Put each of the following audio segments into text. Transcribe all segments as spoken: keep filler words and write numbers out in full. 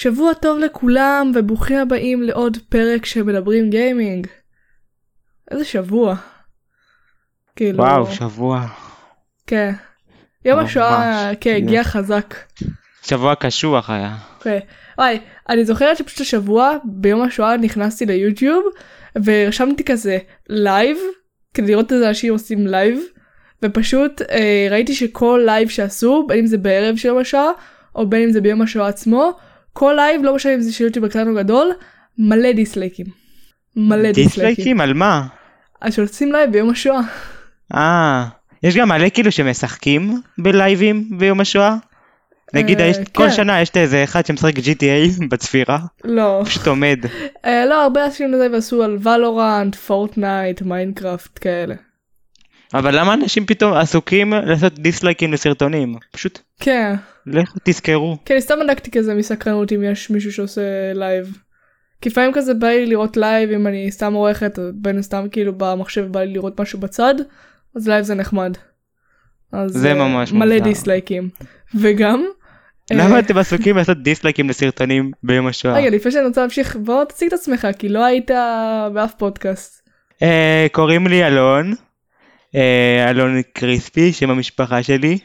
שבוע טוב לכולם וברוכים הבאים לעוד פרק שמדברים גיימינג. איזה שבוע. כאילו... וואו, שבוע. כן. יום השואה, כן, הגיע חזק. שבוע קשוח היה. כן. וואי, אני זוכרת שפשוט השבוע, ביום השואה נכנסתי ליוטיוב, ורשמתי כזה לייב, כדי לראות איזה אנשים עושים לייב, ופשוט אה, ראיתי שכל לייב שעשו, בין אם זה בערב של יום השואה, או בין אם זה ביום השואה עצמו, כל לייב, לא משנה אם זה של יוטיוב קטן או גדול, מלא דיסלייקים. מלא דיסלייקים. דיסלייקים? על מה? אז שעושים לייב ביום השואה. אה, יש גם מלא כאילו שמשחקים בלייבים ביום השואה? נגיד, אה, יש, כן. כל שנה יש איזה אחד שמשחק ג'י טי איי בצפירה, לא. פשוט עומד. אה, לא, הרבה אנשים לזה ועשו על ולורנט, פורטנייט, מיינקראפט, כאלה. אבל למה אנשים פתאום עסוקים לעשות דיסלייקים לסרטונים? פשוט, כן. לכו תזכרו. כן, אני סתם בדקתי כזה מסקרנות אם יש מישהו שעושה לייב. כי לפעמים כזה בא לי לראות לייב אם אני סתם עורכת, או בין סתם כאילו במחשב בא לי לראות משהו בצד, אז לייב זה נחמד. אז זה ממש מלא מוזר. דיסלייקים. וגם... למה אה, אתם עסוקים לעשות דיסלייקים לסרטונים ביום השואה? רגע, לפני שאני רוצה להמשיך, בוא תציג את עצמך, כי לא היית באף פודקאסט. אה, קוראים לי אלון, אה, אלון קריספי, שם המשפחה שלי,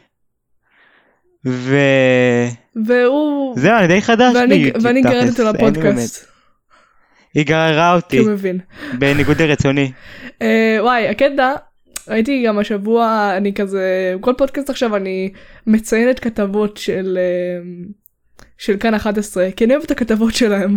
וזהו, והוא... אני די חדש ואני- ביוטיוב, ואני גררת תכלס, אותו אין לי לפודקאסט. באמת. היא גררה כי אותי, הוא מבין. בניגוד לרצוני. אה, וואי, הקטע, ראיתי גם השבוע, אני כזה, כל פודקאסט עכשיו אני מציינת כתבות של, אה, של כאן אחת עשרה, כי אני אוהבת את הכתבות שלהם.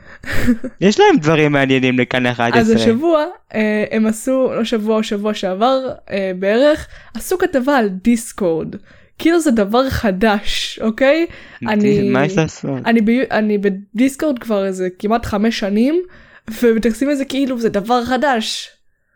יש להם דברים מעניינים לכאן אחת עשרה. אז השבוע, אה, הם עשו, לא שבוע או שבוע שעבר, אה, בערך, עשו כתבה על דיסקורד. כאילו זה דבר חדש, אוקיי? אני... מה יש לעשות? אני, ב... אני בדיסקורד כבר איזה כמעט חמש שנים, ומתייחסים לזה כאילו זה דבר חדש.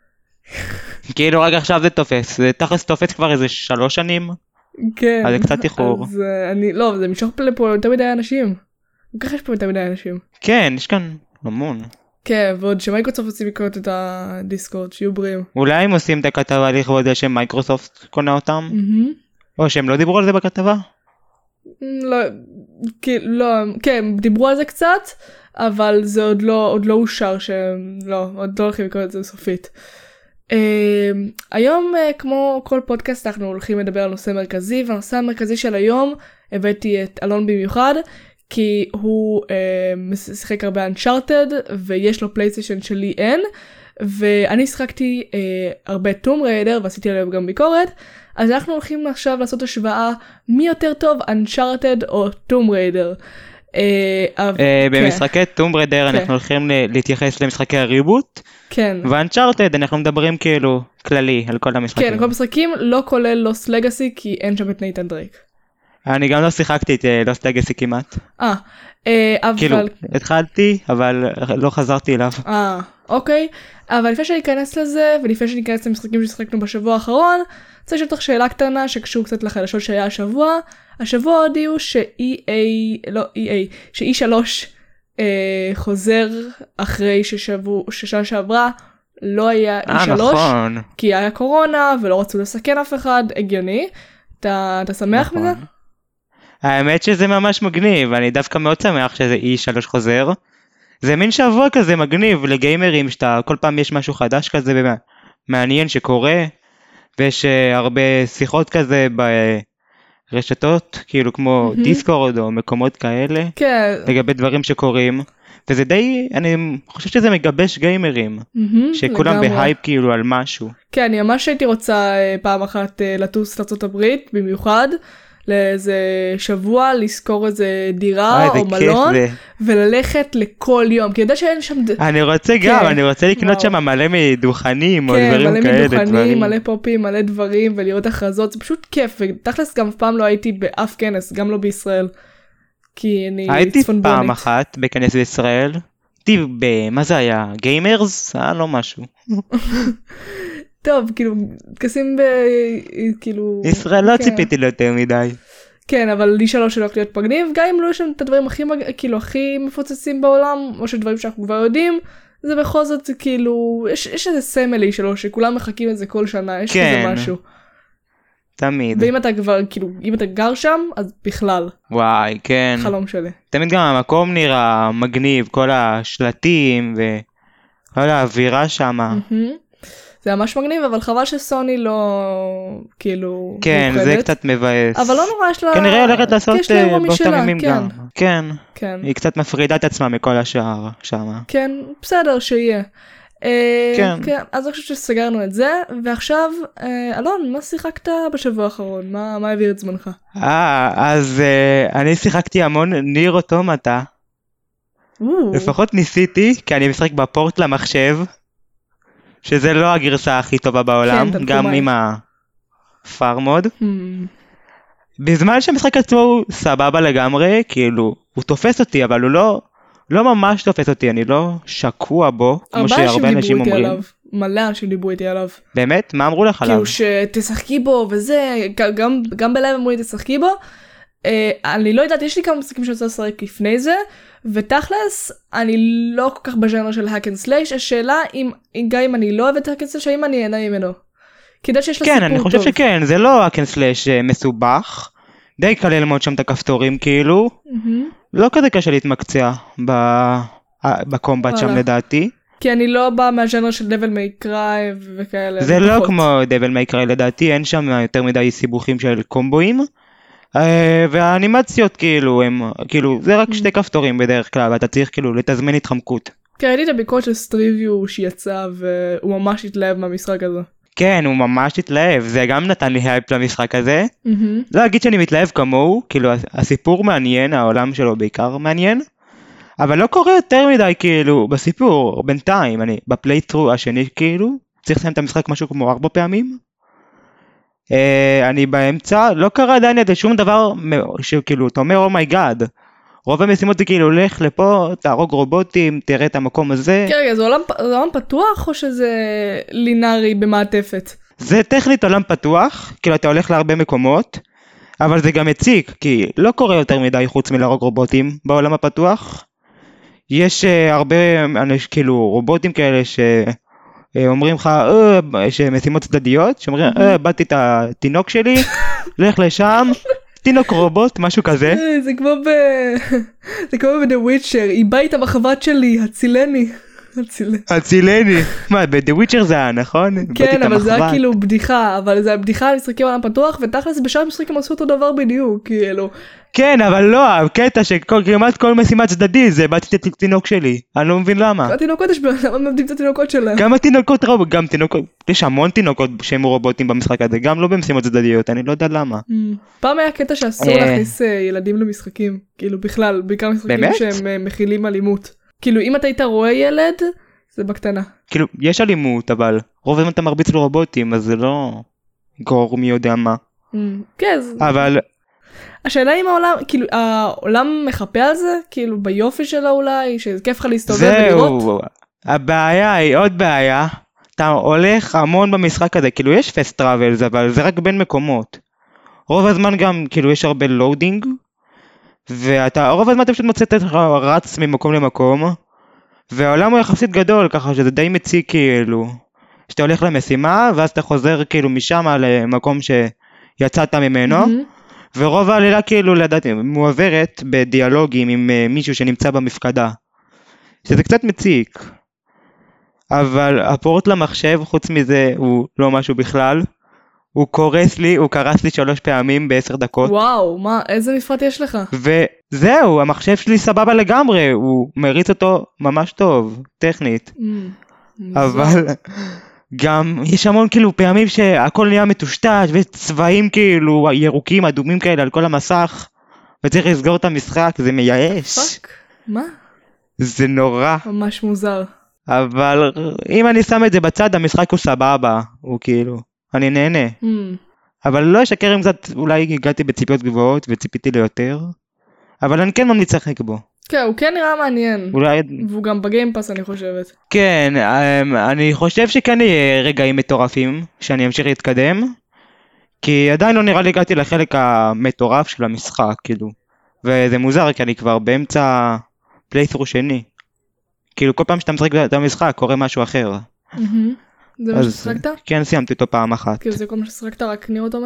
כאילו רק עכשיו זה תופס, זה תכלס תופס כבר איזה שלוש שנים. כן. אז זה קצת איחור. אז uh, אני, לא, זה משוך לפה יותר מדי אנשים. ככה יש פה יותר מדי אנשים. כן, יש כאן המון. כן, ועוד שמייקרוסופט רוצים לקרוא את הדיסקורד, שיהיו בריאים. אולי הם עושים את הכתבה לכבוד זה שמייקרוסופט קונה אותם? מהמם. או שהם לא דיברו על זה בכתבה? לא, כי- לא, כן, דיברו על זה קצת, אבל זה עוד לא, עוד לא אושר שהם, לא, עוד לא הולכים לקרוא את זה סופית. Uh, היום, uh, כמו כל פודקאסט, אנחנו הולכים לדבר על נושא מרכזי, והנושא המרכזי של היום, הבאתי את אלון במיוחד, כי הוא uh, משחק הרבה Uncharted, ויש לו פלייסטיישן שלי אין, ואני שחקתי uh, הרבה טום ריידר, ועשיתי עליו גם ביקורת, אז אנחנו הולכים עכשיו לעשות השוואה מי יותר טוב, Uncharted או טום ריידר. במשחקי טום ריידר כן. אנחנו הולכים ל- להתייחס למשחקי הריבוט, כן, ואנצ'ארטד אנחנו מדברים כאילו כללי על כל המשחקים. כן, כל משחקים לא כולל לוסט לגאסי, כי אין שם את נייתן דרייק. אני גם לא שיחקתי את לוסט לגאסי כמעט. אה, אה, אבל... כאילו, התחלתי, אבל לא חזרתי אליו. אה, אוקיי. אבל לפני שאני אכנס לזה, ולפני שאני אכנס למשחקים ששחקנו בשבוע האחרון, רוצה לשאול אותך שאלה קטנה שקשור קצת לחדשות שהיה השבוע. השבוע הודיעו ש-E A, לא E A, ש-E שלוש אה, חוזר אחרי ששבוע, ששנה שעברה לא היה E אה, שלוש, נכון. כי היה קורונה ולא רצו לסכן אף אחד, הגיוני. אתה, אתה שמח נכון. מזה? האמת שזה ממש מגניב, אני דווקא מאוד שמח שזה E שלוש חוזר. זה מין שבוע כזה מגניב לגיימרים, שאתה כל פעם יש משהו חדש כזה מעניין שקורה, ויש אה, הרבה שיחות כזה ברשתות, כאילו כמו מהמם. דיסקורד או מקומות כאלה, כן. לגבי דברים שקורים, וזה די, אני חושב שזה מגבש גיימרים, מהמם, שכולם לגמרי. בהייפ כאילו על משהו. כן, אני ממש הייתי רוצה אה, פעם אחת אה, לטוס לארצות הברית, במיוחד, לאיזה שבוע, לשכור איזה דירה אה, איזה או כיף מלון, זה. וללכת לכל יום, כי אני יודע שאין שם... ד- אני רוצה גם, כן, אני רוצה לקנות וואו. שם מלא מדוכנים או כן, דברים מלא כאלה, מדוכנים, דברים. מלא פופים, מלא דברים, ולראות הכרזות, זה פשוט כיף, ותכלס גם אף פעם לא הייתי באף כנס, גם לא בישראל, כי אני הייתי צפונבונית. פעם אחת בכנס בישראל, הייתי ב... מה זה היה? גיימרס? היה לא משהו. טוב, כאילו, טקסים ב... כאילו... ישראל לא כן. ציפיתי לו יותר מדי. כן, אבל לי שלוש הולך להיות מגניב, גם אם לא יש שם את הדברים הכי, מג... כאילו, הכי מפוצצים בעולם, או שדברים שאנחנו כבר יודעים, זה בכל זאת כאילו, יש, יש איזה סמל לי שלוש, שכולם מחכים לזה כל שנה, יש כן. כזה משהו. תמיד. ואם אתה כבר, כאילו, אם אתה גר שם, אז בכלל. וואי, כן. חלום שלי. תמיד גם המקום נראה מגניב, כל השלטים וכל האווירה שם. זה ממש מגניב, אבל חבל שסוני לא, כאילו, כן, מוכנת. זה קצת מבאס. אבל לא נורא, יש לה... כנראה הולכת לעשות באותם ימים כן. גם. כן. כן. היא קצת מפרידה את עצמה מכל השאר שם. כן, בסדר, שיהיה. כן. כן, אז אני חושבת שסגרנו את זה, ועכשיו, אלון, מה שיחקת בשבוע האחרון? מה, מה העביר את זמנך? אה, אז אני שיחקתי המון ניר אוטומטה. לפחות ניסיתי, כי אני משחק בפורט למחשב, שזה לא הגרסה הכי טובה בעולם, גם עם הפארמוד. בזמן שהמשחק עצמו הוא סבבה לגמרי, כאילו, הוא תופס אותי, אבל הוא לא... לא ממש תופס אותי, אני לא שקוע בו, כמו שהרבה אנשים אומרים. עליו. מלא אנשים דיברו איתי עליו. באמת? מה אמרו לך עליו? כאילו שתשחקי בו וזה, גם, גם בלייב אמרו לי תשחקי בו. אה, אני לא יודעת, יש לי כמה משחקים שאני רוצה לשחק לפני זה, ותכלס, אני לא כל כך בז'אנר של hack and slash, השאלה אם, גם אם אני לא אוהבת hack and slash, האם אני אהנה ממנו. כדי שיש לה כן, סיפור אני טוב. חושב שכן, זה לא hack and slash מסובך, די קל ללמוד שם את הכפתורים כאילו, לא כזה קשה להתמקצע בקומבט שם לדעתי. כי אני לא באה מהז'אנר של דבל מיי קריי וכאלה. זה לא כמו דבל מיי קריי לדעתי, אין שם יותר מדי סיבוכים של קומבואים, והאנימציות כאילו, הם, כאילו, זה רק שתי כפתורים בדרך כלל, ואתה צריך כאילו לתזמן התחמקות. כן, ראיתי את הביקורת של סטריביו שיצא, והוא ממש התלהב מהמשחק הזה. כן, הוא ממש התלהב, זה גם נתן לי הייפ למשחק הזה. לא אגיד שאני מתלהב כמוהו, כאילו הסיפור מעניין, העולם שלו בעיקר מעניין, אבל לא קורה יותר מדי כאילו בסיפור, בינתיים, אני בפלייטרו השני כאילו, צריך לסיים את המשחק משהו כמו ארבע פעמים. אני באמצע, לא קרה עדיין איזה שום דבר שכאילו, אתה אומר, אומייגאד, רוב המשימות זה כאילו, הולך לפה, תהרוג רובוטים, תראה את המקום הזה. כן, רגע, זה עולם, זה עולם פתוח או שזה לינארי במעטפת? זה טכנית עולם פתוח, כאילו אתה הולך להרבה מקומות, אבל זה גם מציק, כי לא קורה יותר מדי חוץ מלהרוג רובוטים בעולם הפתוח. יש uh, הרבה כאילו רובוטים כאלה שאומרים לך, אה, שמשימות צדדיות, שאומרים, אה, באתי את התינוק שלי, לך לשם, תינוק רובוט, משהו כזה. זה כמו ב... זה כמו ב-The Witcher, היא באה איתה בחוות שלי, הצילני. הצילני. מה, ב-The Witcher זה היה, נכון? כן, אבל זה היה כאילו בדיחה, אבל זה היה בדיחה על משחקים עולם פתוח, ותכלס בשאר המשחקים עשו אותו דבר בדיוק, כאילו. כן, אבל לא, הקטע שכמעט כל משימה צדדי זה באתי את התינוק שלי, אני לא מבין למה. התינוקות יש למה מבדים את התינוקות שלהם? גם התינוקות רוב, גם תינוקות, יש המון תינוקות שהם רובוטים במשחק הזה, גם לא במשימות צדדיות, אני לא יודע למה. פעם היה קטע שאסור להכניס ילדים למשחקים, כאילו בכלל, בעיקר משחקים שהם מכילים אלימות. כאילו אם אתה היית רואה ילד, זה בקטנה. כאילו יש אלימות, אבל רוב הזמן אתה מרביץ לרובוטים, אז זה לא גרור מי יודע מה. כן. אבל... השאלה אם העולם, כאילו, העולם מחפה על זה? כאילו, ביופי שלה אולי, שכיף לך להסתובב ולראות? זהו, הבעיה היא עוד בעיה, אתה הולך המון במשחק הזה, כאילו יש פסט טראבלס, אבל זה רק בין מקומות. רוב הזמן גם, כאילו, יש הרבה לואודינג, ואתה, רוב הזמן אתה פשוט מוצא את רץ ממקום למקום, והעולם הוא יחסית גדול, ככה שזה די מציק, כאילו, שאתה הולך למשימה, ואז אתה חוזר, כאילו, משם למקום שיצאת ממנו, ורוב העלילה כאילו לדעתי מועברת בדיאלוגים עם uh, מישהו שנמצא במפקדה, שזה קצת מציק, אבל הפורט למחשב חוץ מזה הוא לא משהו בכלל, הוא קורס לי, הוא קרס לי שלוש פעמים בעשר דקות. וואו, מה, איזה מפרט יש לך? וזהו, המחשב שלי סבבה לגמרי, הוא מריץ אותו ממש טוב, טכנית, mm, אבל... גם יש המון כאילו פעמים שהכל נהיה מטושטש וצבעים כאילו ירוקים אדומים כאלה על כל המסך וצריך לסגור את המשחק, זה מייאש. פאק, מה? זה נורא. ממש מוזר. אבל אם אני שם את זה בצד המשחק הוא סבבה, הוא כאילו, אני נהנה. Mm. אבל לא אשקר אם קצת אולי הגעתי בציפיות גבוהות וציפיתי ליותר, אבל אני כן ממליץ לשחק בו. כן, הוא כן נראה מעניין, אולי... והוא גם בגיימפאס אני חושבת. כן, אני חושב שכן יהיה רגעים מטורפים שאני אמשיך להתקדם, כי עדיין לא נראה לי הגעתי לחלק המטורף של המשחק, כאילו, וזה מוזר כי אני כבר באמצע פליית'רו שני, כאילו כל פעם שאתה משחק את המשחק קורה משהו אחר. זה מה ששחקת? כן, סיימתי אותו פעם אחת. כאילו זה כל מה ששחקת רק ניר אוטומטה?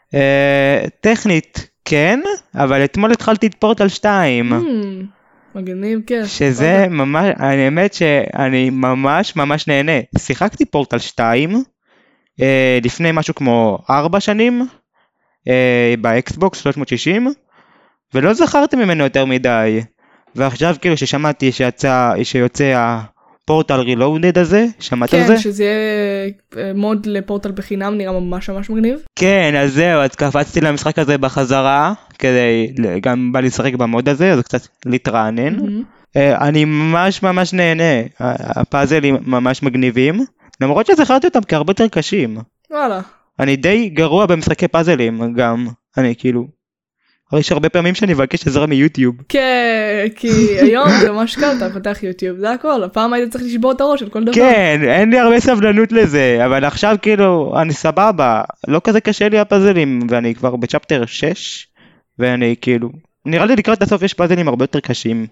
אה, טכנית כן, אבל אתמול התחלתי את פורטל שתיים. Hmm, מגניב, כן. שזה ממש, האמת שאני ממש ממש נהנה. שיחקתי פורטל שתיים אה, לפני משהו כמו ארבע שנים אה, באקסבוקס שלוש מאות שישים, ולא זכרתי ממנו יותר מדי. ועכשיו כאילו ששמעתי שיצא, שיוצא הפורטל רילודד הזה, שמעת על זה? כן, שזה יהיה מוד לפורטל בחינם, נראה ממש ממש מגניב. כן, אז זהו, אז קפצתי למשחק הזה בחזרה, כדי, גם בא לשחק במוד הזה, אז קצת להתרענן. Mm-hmm. אני ממש ממש נהנה, הפאזלים ממש מגניבים, למרות שזכרתי אותם כהרבה יותר קשים. וואלה. אני די גרוע במשחקי פאזלים גם, אני כאילו, יש הרבה פעמים שאני מבקש עזרה מיוטיוב. כן, כי היום זה ממש קל, אתה פתח יוטיוב, זה הכל, הפעם היית צריך לשבור את הראש על כל דבר. כן, אין לי הרבה סבלנות לזה, אבל עכשיו כאילו, אני סבבה, לא כזה קשה לי הפאזלים, ואני כבר בצ'פטר שש, ואני כאילו, נראה לי לקראת הסוף יש פאזלים הרבה יותר קשים.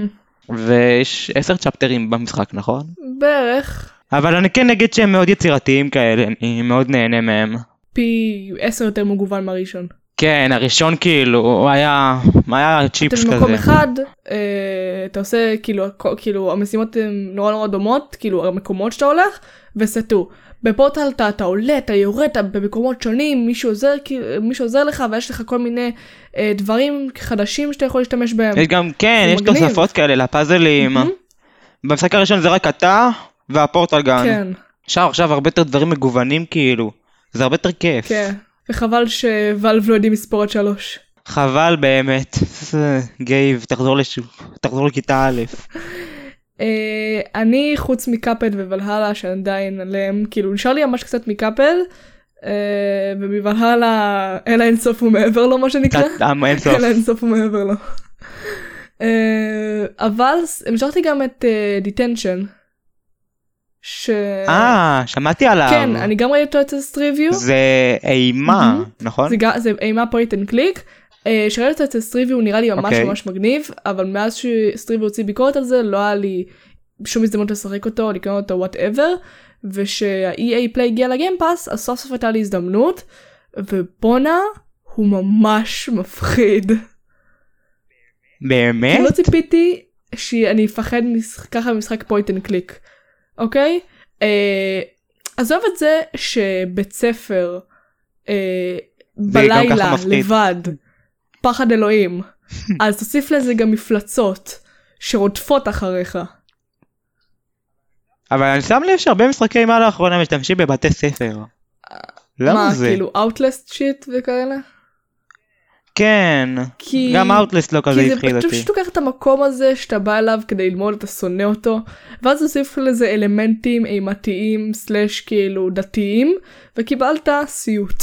ויש עשר צ'פטרים במשחק, נכון? בערך. אבל אני כן נגיד שהם מאוד יצירתיים כאלה, אני מאוד נהנה מהם. פי עשר יותר מגוון מהראשון. כן, הראשון כאילו, הוא היה, היה צ'יפס כזה. אתה במקום אחד, אה, אתה עושה כאילו, כאילו, המשימות הן נורא נורא דומות, כאילו, המקומות שאתה הולך, וסטו. בפורטל אתה, אתה עולה, אתה יורד, אתה במקומות שונים, מישהו עוזר, מישהו עוזר לך, ויש לך כל מיני אה, דברים חדשים שאתה יכול להשתמש בהם. יש גם, כן, יש מגניב. תוספות כאלה לפאזלים. Mm-hmm. במשחק הראשון זה רק אתה, והפורטל גן. כן. עכשיו, עכשיו הרבה יותר דברים מגוונים כאילו, זה הרבה יותר כיף. כן, וחבל שוואלב לא יודעים לספור עד שלוש. חבל באמת, גייב, תחזור, לש... תחזור לכיתה א'. Uh, אני חוץ מקאפד ובלהלה שעדיין עליהם, כאילו נשאר לי ממש קצת מקאפד, uh, ומבלהלה אלא אינסוף ומעבר לו מה שנקרא. אינסוף. אלא אינסוף ומעבר לו. uh, אבל המשכתי גם את דיטנשן. Uh, ש... אה, שמעתי עליו. כן, אני גם ראיתי אותו את סטריביו. זה אימה, mm-hmm. נכון? זה, זה אימה פוינט אנד קליק. שראיתי את סטריביו הוא נראה לי ממש okay. ממש מגניב, אבל מאז שסטריביו הוציא ביקורת על זה, לא היה לי שום הזדמנות לשחק אותו, לקנות אותו whatever, ושה-E A Play הגיע לגיימפאס, אז סוף סוף הייתה לי הזדמנות, ובונה הוא ממש מפחיד. באמת? כי לא ציפיתי שאני אפחד ככה במשחק פוינט אנד קליק, אוקיי? עזוב את זה שבית ספר אה, בלילה לבד, פחד אלוהים, אז תוסיף לזה גם מפלצות שרודפות אחריך. אבל אני שם לב שהרבה משחקי אימה לאחרונה משתמשים בבתי ספר. למה זה? מה, כאילו Outlast שיט וכאלה? כן, כי... גם Outlast לא כזה הפחיד אותי. כי זה פשוט לוקח את המקום הזה שאתה בא אליו כדי ללמוד, אתה שונא אותו, ואז תוסיף לזה אלמנטים אימתיים סלש כאילו דתיים, וקיבלת סיוט.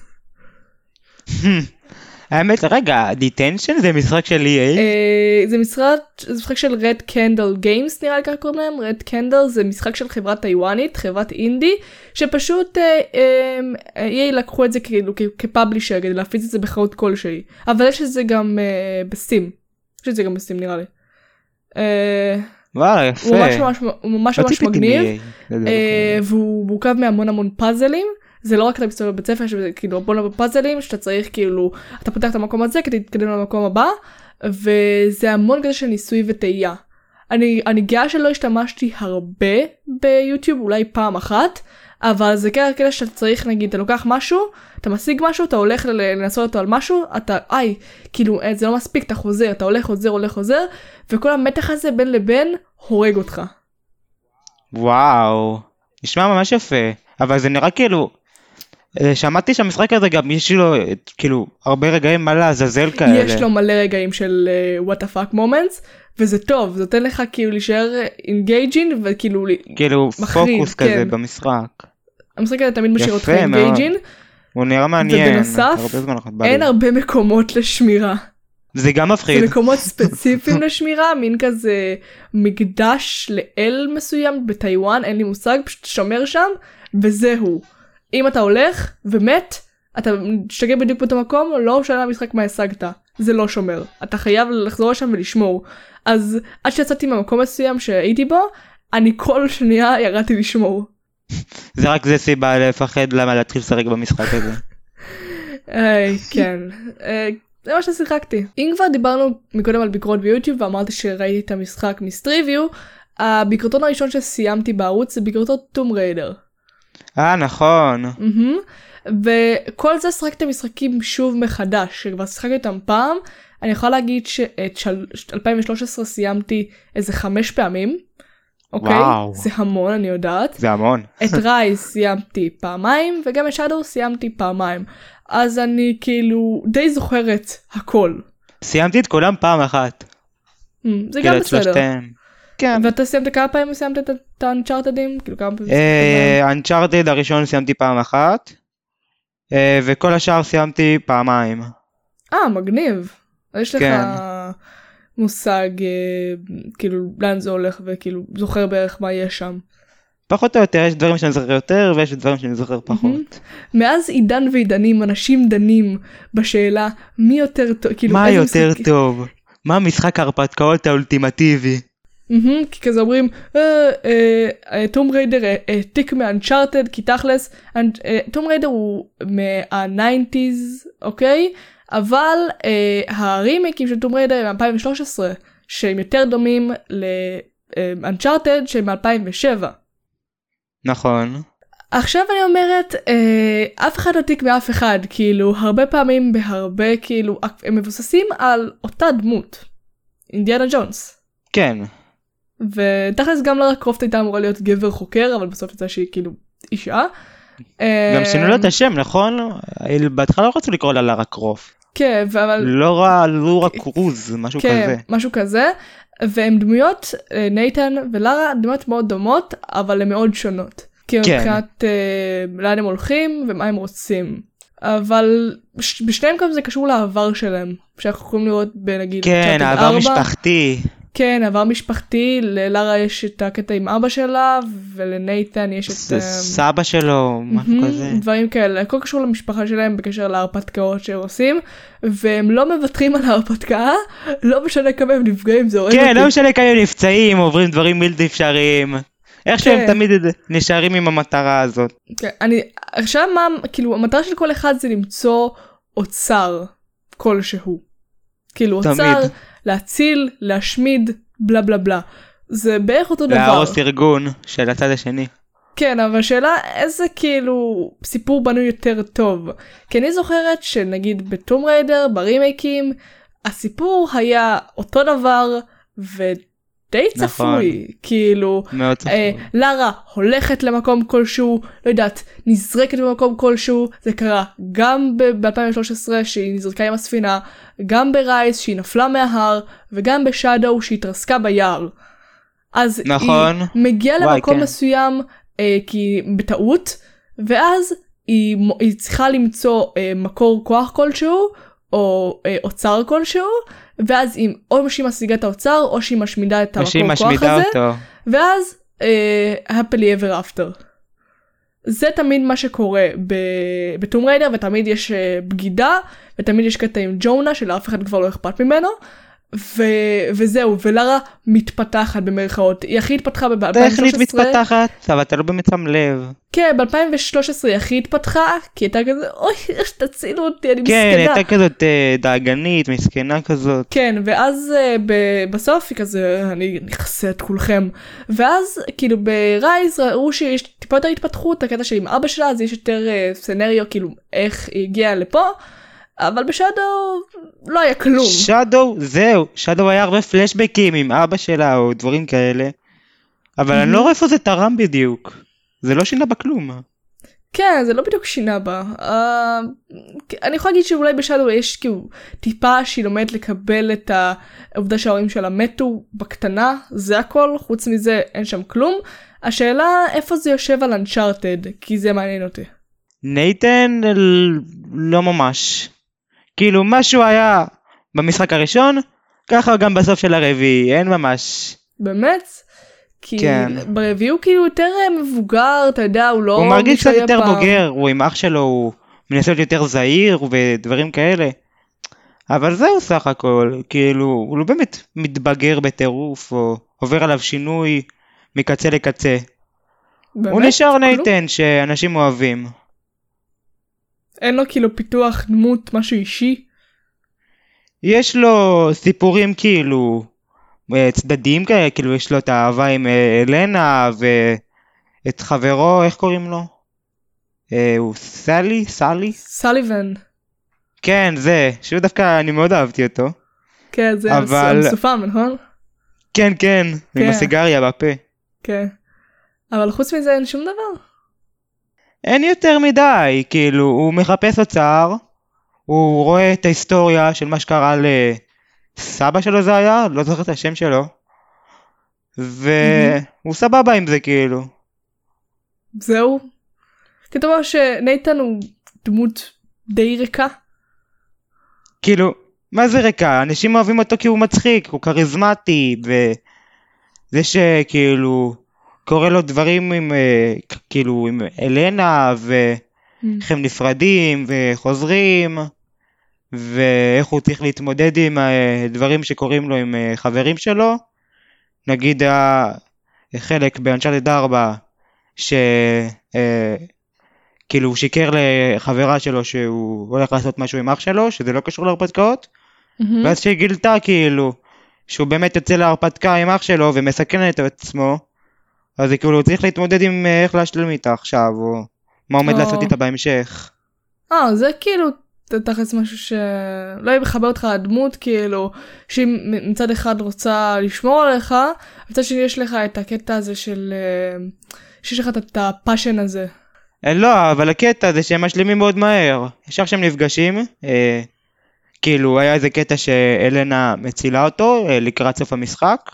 האמת, רגע, דיטנשן זה משחק של E A? זה משחק של Red Candle Games נראה לי ככה קוראים להם, Red Candle זה משחק של חברת טיוואנית, חברת אינדי, שפשוט E A לקחו את זה כאילו כפאבלישר כדי להפיץ את זה בחרות כלשהי, אבל יש את זה גם בסטים, יש את זה גם בסטים נראה לי. וואלה, יפה. הוא ממש ממש מגניב, והוא מורכב מהמון המון פאזלים, זה לא רק אתה מסתובב בבית ספר, שזה כאילו המון פאזלים, שאתה צריך כאילו, אתה פותח את המקום הזה כדי להתקדם למקום הבא, וזה המון כזה של ניסוי וטעייה. אני, אני גאה שלא השתמשתי הרבה ביוטיוב, אולי פעם אחת, אבל זה ככה כזה שאתה צריך, נגיד, אתה לוקח משהו, אתה משיג משהו, אתה הולך לנסות אותו על משהו, אתה, איי, כאילו, זה לא מספיק, אתה חוזר, אתה הולך, חוזר, הולך, חוזר, וכל המתח הזה בין לבין הורג אותך. וואו, נשמע ממש יפה, אבל זה נראה כאילו, שמעתי שהמשחק הזה גם יש לו כאילו הרבה רגעים מה לעזאזל כאלה. יש לו מלא רגעים של uh, what the fuck moments, וזה טוב, זה נותן לך כאילו להישאר engaging וכאילו כאילו מחריד, פוקוס כן. כזה במשחק. המשחק הזה תמיד משאיר אותך engaging. הוא נראה מעניין. ובנוסף, אין הרבה מקומות לשמירה. זה גם מפחיד. זה מקומות ספציפיים לשמירה, מין כזה מקדש לאל מסוים בטיואן, אין לי מושג, פשוט שומר שם, וזהו. אם אתה הולך ומת, אתה תשתגע בדיוק באותו מקום, לא משנה המשחק מה השגת. זה לא שומר. אתה חייב לחזור לשם ולשמור. אז עד שיצאתי מהמקום מסוים שהייתי בו, אני כל שנייה ירדתי לשמור. זה רק זה סיבה לפחד למה להתחיל לשחק במשחק הזה. היי, כן. אה, זה מה ששיחקתי. אם כבר דיברנו מקודם על ביקורות ביוטיוב ואמרתי שראיתי את המשחק מסטריביו, הביקורתון הראשון שסיימתי בערוץ זה ביקורתון טום ריידר. אה, נכון. וכל זה שחקתי משחקים שוב מחדש, שכבר שחקתי אותם פעם. אני יכולה להגיד שאת אלפיים ושלוש עשרה סיימתי איזה חמש פעמים. אוקיי? וואו. זה המון, אני יודעת. זה המון. את רייז סיימתי פעמיים, וגם את שדו סיימתי פעמיים. אז אני כאילו די זוכרת הכל. סיימתי את כולם פעם אחת. זה גם בסדר. כן. ואתה סיימת כמה פעמים סיימת את האנצ'ארטדים? כאילו כמה פעמים? האנצ'ארטד הראשון סיימתי פעם אחת, וכל השאר סיימתי פעמיים. אה, מגניב. יש לך כן. מושג כאילו לאן זה הולך וכאילו זוכר בערך מה יש שם. פחות או יותר, יש דברים שאני זוכר יותר ויש דברים שאני זוכר פחות. מאז עידן ועידנים אנשים דנים בשאלה מי יותר טוב, כאילו מה איזה יותר משחק- טוב? מה משחק ההרפתקאות האולטימטיבי? מהמם, כי כזה אומרים, טום ריידר העתיק מאנצ'ארטד, כי תכלס, טום ריידר הוא מה-ניינטיז, אוקיי? אבל אה, הרימיקים של טום ריידר הם מ-אלפיים ושלוש עשרה, שהם יותר דומים לאנצ'ארטד שהם מ-אלפיים ושבע. נכון. עכשיו אני אומרת, אה, אף אחד לא תיק מאף אחד, כאילו, הרבה פעמים בהרבה, כאילו, הם מבוססים על אותה דמות, אינדיאנה ג'ונס. כן. ותכלס גם לארה קרופט הייתה אמורה להיות גבר חוקר, אבל בסוף יצא שהיא כאילו אישה. גם שינו לו את השם, נכון? בהתחלה לא רצו לקרוא לה לארה קרופט. כן, אבל... לא רע, לורה קרוז, משהו כן, כזה. משהו כזה. והם דמויות, נייתן ולארה, דמויות מאוד דומות, אבל הן מאוד שונות. כי כן. מבחינת לאן הם הולכים ומה הם רוצים. אבל בשניהם גם זה קשור לעבר שלהם, שאנחנו יכולים לראות בנגיד... כן, העבר משפחתי. כן, עבר משפחתי, ללארה יש את הקטע עם אבא שלה, ולנייתן יש את... סבא שלו, משהו כזה. דברים כאלה, הכל קשור למשפחה שלהם בקשר להרפתקאות שהם עושים, והם לא מוותרים על ההרפתקה, לא משנה כמה הם נפגעים, זה הורג אותי. כן, לא משנה כמה הם נפצעים, עוברים דברים בלתי אפשריים. איכשהו הם תמיד נשארים עם המטרה הזאת. כן, אני, עכשיו מה, כאילו, המטרה של כל אחד זה למצוא אוצר כלשהו. כאילו, אוצר... להציל, להשמיד, בלה בלה בלה. זה בערך אותו דבר. להרוס ארגון של הצד השני. כן, אבל השאלה איזה כאילו סיפור בנוי יותר טוב. כי אני זוכרת שנגיד בטום ריידר, ברימייקים, הסיפור היה אותו דבר ודי צפוי. נכון. כאילו, מאוד צפוי. אה, לארה הולכת למקום כלשהו, לא יודעת, נזרקת במקום כלשהו, זה קרה גם ב-אלפיים ושלוש עשרה שהיא נזרקה עם הספינה, גם ברייז שהיא נפלה מההר, וגם בשאדו שהיא התרסקה ביער. אז נכון. היא מגיעה וואי, למקום כן. מסוים אה, כי בטעות, ואז היא, היא צריכה למצוא אה, מקור כוח כלשהו, או אה, אוצר כלשהו, ואז היא, או שהיא משיגה את האוצר, או שהיא משמידה את המקור כוח הזה. או שהיא משמידה אותו. ואז אה, happily ever after. זה תמיד מה שקורה בטום ריידר, ותמיד יש אה, בגידה, ותמיד יש קטע עם ג'ונה, שלאף אחד כבר לא אכפת ממנו, ו... וזהו, ולארה מתפתחת במרכאות. היא הכי התפתחה ב-אלפיים ושלוש עשרה. טכנית מתפתחת, אבל אתה לא באמת שם לב. כן, ב-אלפיים ושלוש עשרה היא הכי התפתחה, כי הייתה כזה, אוי, תצילו אותי, אני מסכנה. כן, הייתה כזאת אה, דאגנית, מסכנה כזאת. כן, ואז uh, ב- בסוף היא כזה, אני נכסה את כולכם. ואז כאילו ברייז ראו שיש טיפה יותר התפתחות, הקטע שעם אבא שלה, אז יש יותר uh, סנריו, כאילו איך היא הגיעה לפה, אבל בשאדו לא היה כלום. שדו, זהו, שדו היה הרבה פלשבקים עם אבא שלה או דברים כאלה, אבל אני לא רואה איפה זה תרם בדיוק, זה לא שינה בכלום. כן, זה לא בדיוק שינה בה. Uh, אני יכולה להגיד שאולי בשאדו יש כאילו טיפה שהיא לומדת לקבל את העובדה שההורים שלה מתו בקטנה, זה הכל, חוץ מזה אין שם כלום. השאלה איפה זה יושב על אנצ'ארטד, כי זה מעניין אותי. נייתן לא ממש. כאילו משהו היה במשחק הראשון, ככה גם בסוף של הרביעי, אין ממש. באמת? כי כן. ברביעי הוא כאילו יותר מבוגר, אתה יודע, הוא לא... הוא מרגיש קצת יותר פעם. בוגר, הוא עם אח שלו, הוא מנסה להיות יותר זהיר ודברים כאלה. אבל זהו סך הכל, כאילו, הוא לא באמת מתבגר בטירוף, או עובר עליו שינוי מקצה לקצה. באמת? הוא נשאר כלום? נייתן שאנשים אוהבים. אין לו כאילו פיתוח דמות, משהו אישי? יש לו סיפורים כאילו צדדים כאלה, כאילו יש לו את האהבה עם אלנה ואת חברו, איך קוראים לו? הוא סלי? סלי? סליבן. כן, זה, שהוא דווקא אני מאוד אהבתי אותו. כן, זה אבל... המסופם, נכון? כן, כן, כן. עם הסיגריה בפה. כן. אבל חוץ מזה אין שום דבר. אין יותר מדי, כאילו, הוא מחפש אוצר, הוא רואה את ההיסטוריה של מה שקרה לסבא שלו זה היה, לא זוכר את השם שלו, והוא סבבה עם זה כאילו. זהו. כתוב שנייתן הוא דמות די ריקה. כאילו, מה זה ריקה? אנשים אוהבים אותו כי הוא מצחיק, הוא כריזמטי, וזה שכאילו קורא לו דברים עם, כאילו, עם אלנה, ואיך הם נפרדים וחוזרים, ואיך הוא צריך להתמודד עם דברים שקוראים לו עם חברים שלו. נגיד החלק באנצ'ארטד ארבע, ש... כאילו הוא שיקר לחברה שלו שהוא הולך לעשות משהו עם אח שלו, שזה לא קשור להרפתקאות, mm-hmm. ואז שהיא גילתה כאילו, שהוא באמת יוצא להרפתקה עם אח שלו ומסכן את עצמו, אז כאילו הוא צריך להתמודד עם איך להשלים איתה עכשיו, או מה עומד oh. לעשות איתה בהמשך. אה, זה כאילו תכלס משהו שלא יהיה מחבר אותך לדמות, כאילו, שהיא מצד אחד רוצה לשמור עליך, מצד שני יש לך את הקטע הזה של, שיש לך את הפאשן הזה. לא, אבל הקטע זה שהם משלימים מאוד מהר, ישר שהם נפגשים, אה, כאילו היה איזה קטע שאלנה מצילה אותו אה, לקראת סוף המשחק,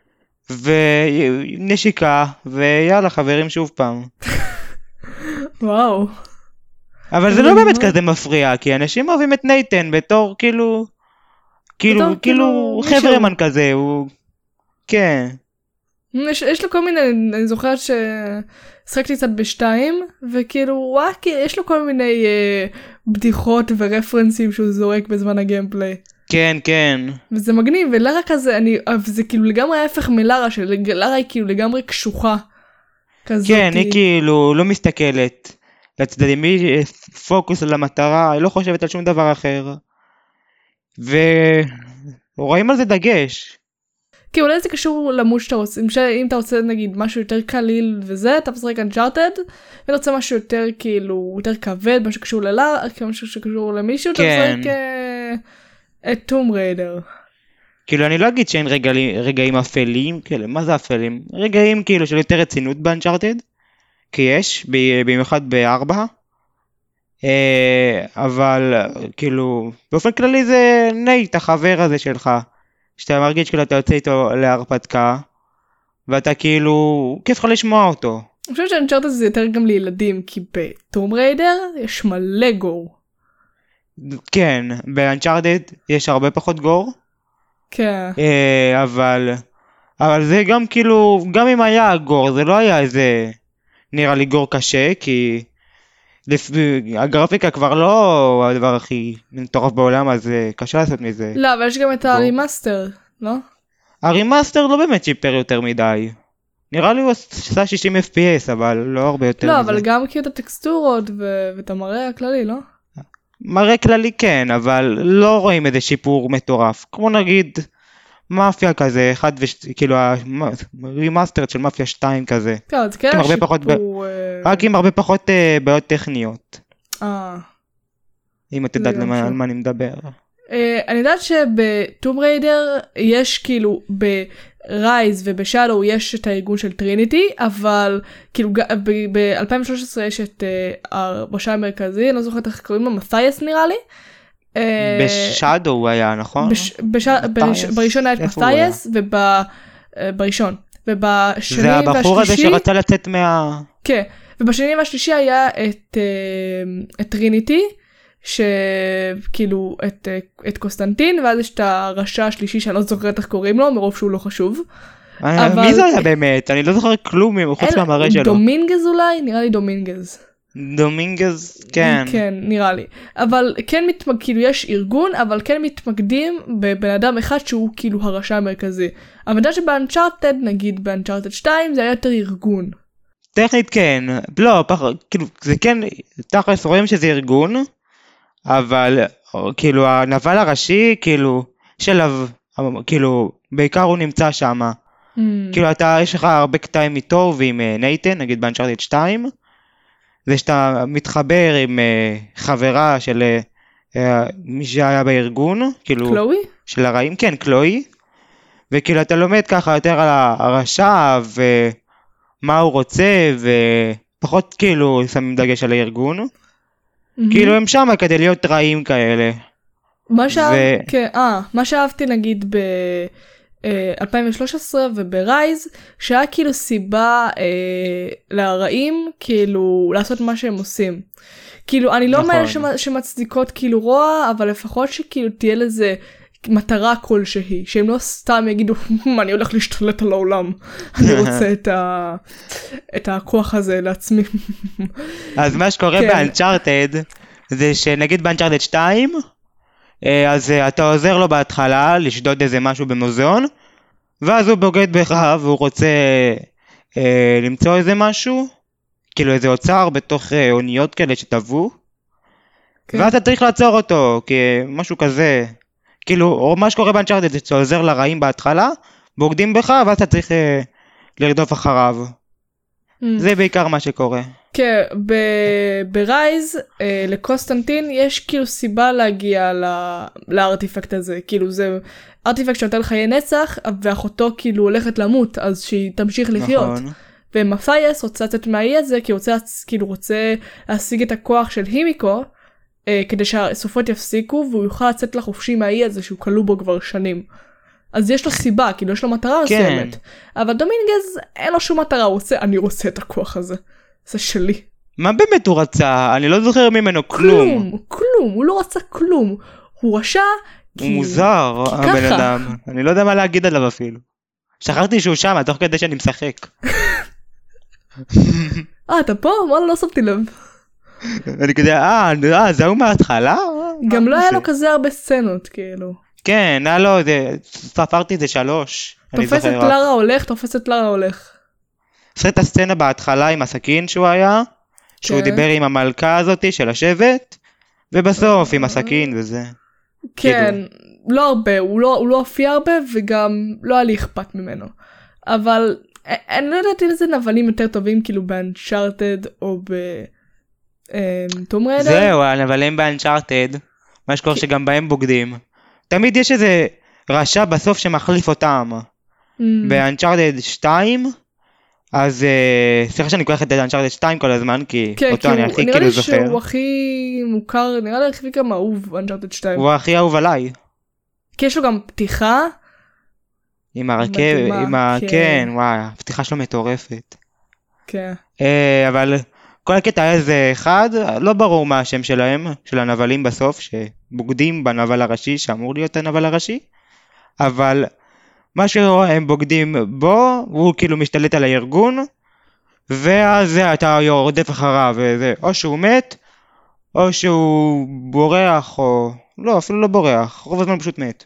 ונשיקה, ויאללה חברים שוב פעם. וואו. אבל זה לא באמת כזה מפריע, כי אנשים אוהבים את נייתן בתור כאילו, כאילו, כאילו חברמן כזה, הוא, כן. יש, יש לו כל מיני, אני זוכרת ששחקתי קצת בשתיים, וכאילו, וואו, יש לו כל מיני אה, בדיחות ורפרנסים שהוא זורק בזמן הגיימפליי. כן, כן. וזה מגניב, ולרה כזה, אני, זה כאילו לגמרי ההפך מלרה, שלרה היא כאילו לגמרי קשוחה. כזאת. כן, היא כאילו לא מסתכלת לצדדים, היא פוקוס על המטרה, היא לא חושבת על שום דבר אחר. ורואים על זה דגש. כי אולי זה קשור למוד שאתה רוצה, אם אתה רוצה נגיד משהו יותר קליל וזה, אתה משחק אנצ'ארטד, ואתה רוצה משהו יותר כאילו, יותר כבד, משהו שקשור ללאר, משהו שקשור למישהו, אתה משחק את טום ריידר. כאילו אני לא אגיד שאין רגעים אפלים, כאילו, מה זה אפלים? רגעים כאילו של יותר רצינות באנצ'ארטד, כי יש, במיוחד בארבע, אבל כאילו, באופן כללי זה נייט, החבר הזה שלך, שאתה מרגיש כאילו אתה יוצא איתו להרפתקה, ואתה כאילו, כיף לך לשמוע אותו. אני חושבת שאנצ'ארטד זה יותר גם לילדים, כי בטום ריידר יש מלא גור. כן, באנצ'ארטד יש הרבה פחות גור. כן. אבל, אבל זה גם כאילו, גם אם היה גור, זה לא היה איזה, נראה לי גור קשה, כי הגרפיקה כבר לא הדבר הכי מטורף בעולם, אז קשה לעשות מזה. לא, אבל יש גם את הרימאסטר, לא? הרימאסטר לא באמת שיפר יותר מדי. נראה לי הוא עשה שישים אף פי אס, אבל לא הרבה יותר לא, מזה. אבל גם כאילו את הטקסטורה ואת המראה הכללי, לא? מראה כללי כן, אבל לא רואים איזה שיפור מטורף. כמו נגיד מאפיה כזה, אחד וכאילו הרימאסטר של מאפיה שתיים כזה. כן, זה כן שיפור... רק עם הרבה פחות בעיות טכניות. אה. אם את יודעת על מה אני מדבר. אני יודעת שבטום ריידר יש כאילו ברייז ובשאדו יש את הארגון של טריניטי, אבל כאילו ב-אלפיים ושלוש עשרה יש את הראשה המרכזי, אני לא זוכרת איך קוראים לו, מת'יאס נראה לי. בשאדו הוא היה, נכון? בראשון היה את מת'יאס ובראשון. ובשני זה הבחור הזה שרצה לצאת מה... כן, ובשני והשלישי היה את טריניטי, שכאילו את, את קוסטנטין, ואז יש את הרשע השלישי שאני לא זוכרת איך קוראים לו, מרוב שהוא לא חשוב. אבל... מי זה היה באמת? אני לא זוכר כלום חוץ מהמראה שלו. דומינגז אולי? נראה לי דומינגז. דומינגז, כן. כן, נראה לי. אבל כן מתמק... כאילו יש ארגון, אבל כן מתמקדים בבן אדם אחד שהוא כאילו הרשע המרכזי. אבל אני יודעת שבאנצ'ארטד, נגיד באנצ'ארטד שתיים, זה היה יותר ארגון. טכנית כן. לא, פח... כאילו, זה כן, תכלס רואים שזה ארגון, אבל כאילו הנבל הראשי, כאילו, שלב, כאילו, בעיקר הוא נמצא שם. Mm. כאילו אתה, יש לך הרבה קטעים איתו ועם נייתן, נגיד באנצ'ארטד שתיים, זה שאתה מתחבר עם חברה של מי שהיה בארגון, כאילו, קלואי? של הרעים, כן, קלואי, וכאילו אתה לומד ככה יותר על הרשע ומה הוא רוצה, ופחות כאילו שמים דגש על הארגון, mm-hmm. כאילו הם שם כדי להיות רעים כאלה. מה שאהב... ו... כן, אה, מה שאהבתי נגיד ב... אלפיים ושלוש עשרה וברייז, שהיה כאילו סיבה אה, לרעים כאילו לעשות מה שהם עושים. כאילו אני לא מאלה נכון. שמצדיקות כאילו רוע, אבל לפחות שכאילו תהיה לזה מטרה כלשהי, שהם לא סתם יגידו אני הולך להשתלט על העולם, אני רוצה את, ה... את הכוח הזה לעצמי. אז מה שקורה כן. באנצ'ארטד זה שנגיד באנצ'ארטד שתיים, אז אתה עוזר לו בהתחלה לשדוד איזה משהו במוזיאון, ואז הוא בוגד בך והוא רוצה אה, למצוא איזה משהו, כאילו איזה אוצר בתוך אה, אוניות כאלה שטבעו, כן. ואז אתה צריך לעצור אותו, כי משהו כזה, כאילו, או מה שקורה באנצ'ארטד זה שאתה עוזר לרעים בהתחלה, בוגדים בך, ואז אתה צריך אה, לרדוף אחריו. Mm. זה בעיקר מה שקורה. כן, ברייז, אה, לקוסטנטין יש כאילו סיבה להגיע לארטיפקט הזה, כאילו זה ארטיפקט שנותן חיי נצח, ואחותו כאילו הולכת למות, אז שהיא תמשיך לחיות. נכון. ומפייס רוצה לצאת מהאי הזה, כי הוא רוצה, כאילו רוצה להשיג את הכוח של הימיקו, אה, כדי שהסופות יפסיקו, והוא יוכל לצאת לחופשי מהאי הזה שהוא כלוא בו כבר שנים. אז יש לו סיבה, כאילו יש לו מטרה מסוימת. כן. אבל דומינגז אין לו שום מטרה, הוא רוצה, אני רוצה את הכוח הזה. זה שלי. מה באמת הוא רצה? אני לא זוכר ממנו כלום. כלום, כלום, הוא לא רצה כלום. הוא רשע כי... הוא מוזר, הבן אדם. אני לא יודע מה להגיד עליו אפילו. שכחתי שהוא שם, תוך כדי שאני משחק. אה, אתה פה? וואלה, לא שמתי לב. אני כדי, אה, זהו מההתחלה? גם לא היה לו כזה הרבה סצנות, כאילו. כן, היה לו, ספרתי את זה שלוש. תופס את לרה הולך, תופס את לרה הולך. עושה את הסצנה בהתחלה עם הסכין שהוא היה, שהוא דיבר עם המלכה הזאת של השבט, ובסוף עם הסכין וזה. כן, לא הרבה, הוא לא הופיע הרבה, וגם לא היה לי אכפת ממנו. אבל אני לא יודעת איזה נבלים יותר טובים, כאילו באנצ'ארטד או בטום ריידר. זהו, הנבלים באנצ'ארטד, מה שקורה שגם בהם בוגדים. תמיד יש איזה רשע בסוף שמחליף אותם. באנצ'ארטד שתיים, אז סליחה שאני קולחת את אנצ'ארטד שתיים כל הזמן, כי אותו אני הכי כאילו זוכר. נראה לי שהוא הכי מוכר, נראה לי הכי גם אהוב אנצ'ארטד שתיים. הוא הכי אהוב עליי. כי יש לו גם פתיחה. עם הרכב, עם ה... כן, וואי, הפתיחה שלו מטורפת. כן. אבל כל הקטע היה איזה אחד, לא ברור מה השם שלהם, של הנבלים בסוף, שבוגדים בנבל הראשי, שאמור להיות הנבל הראשי, אבל... מה שהם בוגדים בו, הוא כאילו משתלט על הארגון, ואז אתה יורדף אחריו, וזה, או שהוא מת, או שהוא בורח, או... לא, אפילו לא בורח, רוב הזמן פשוט מת.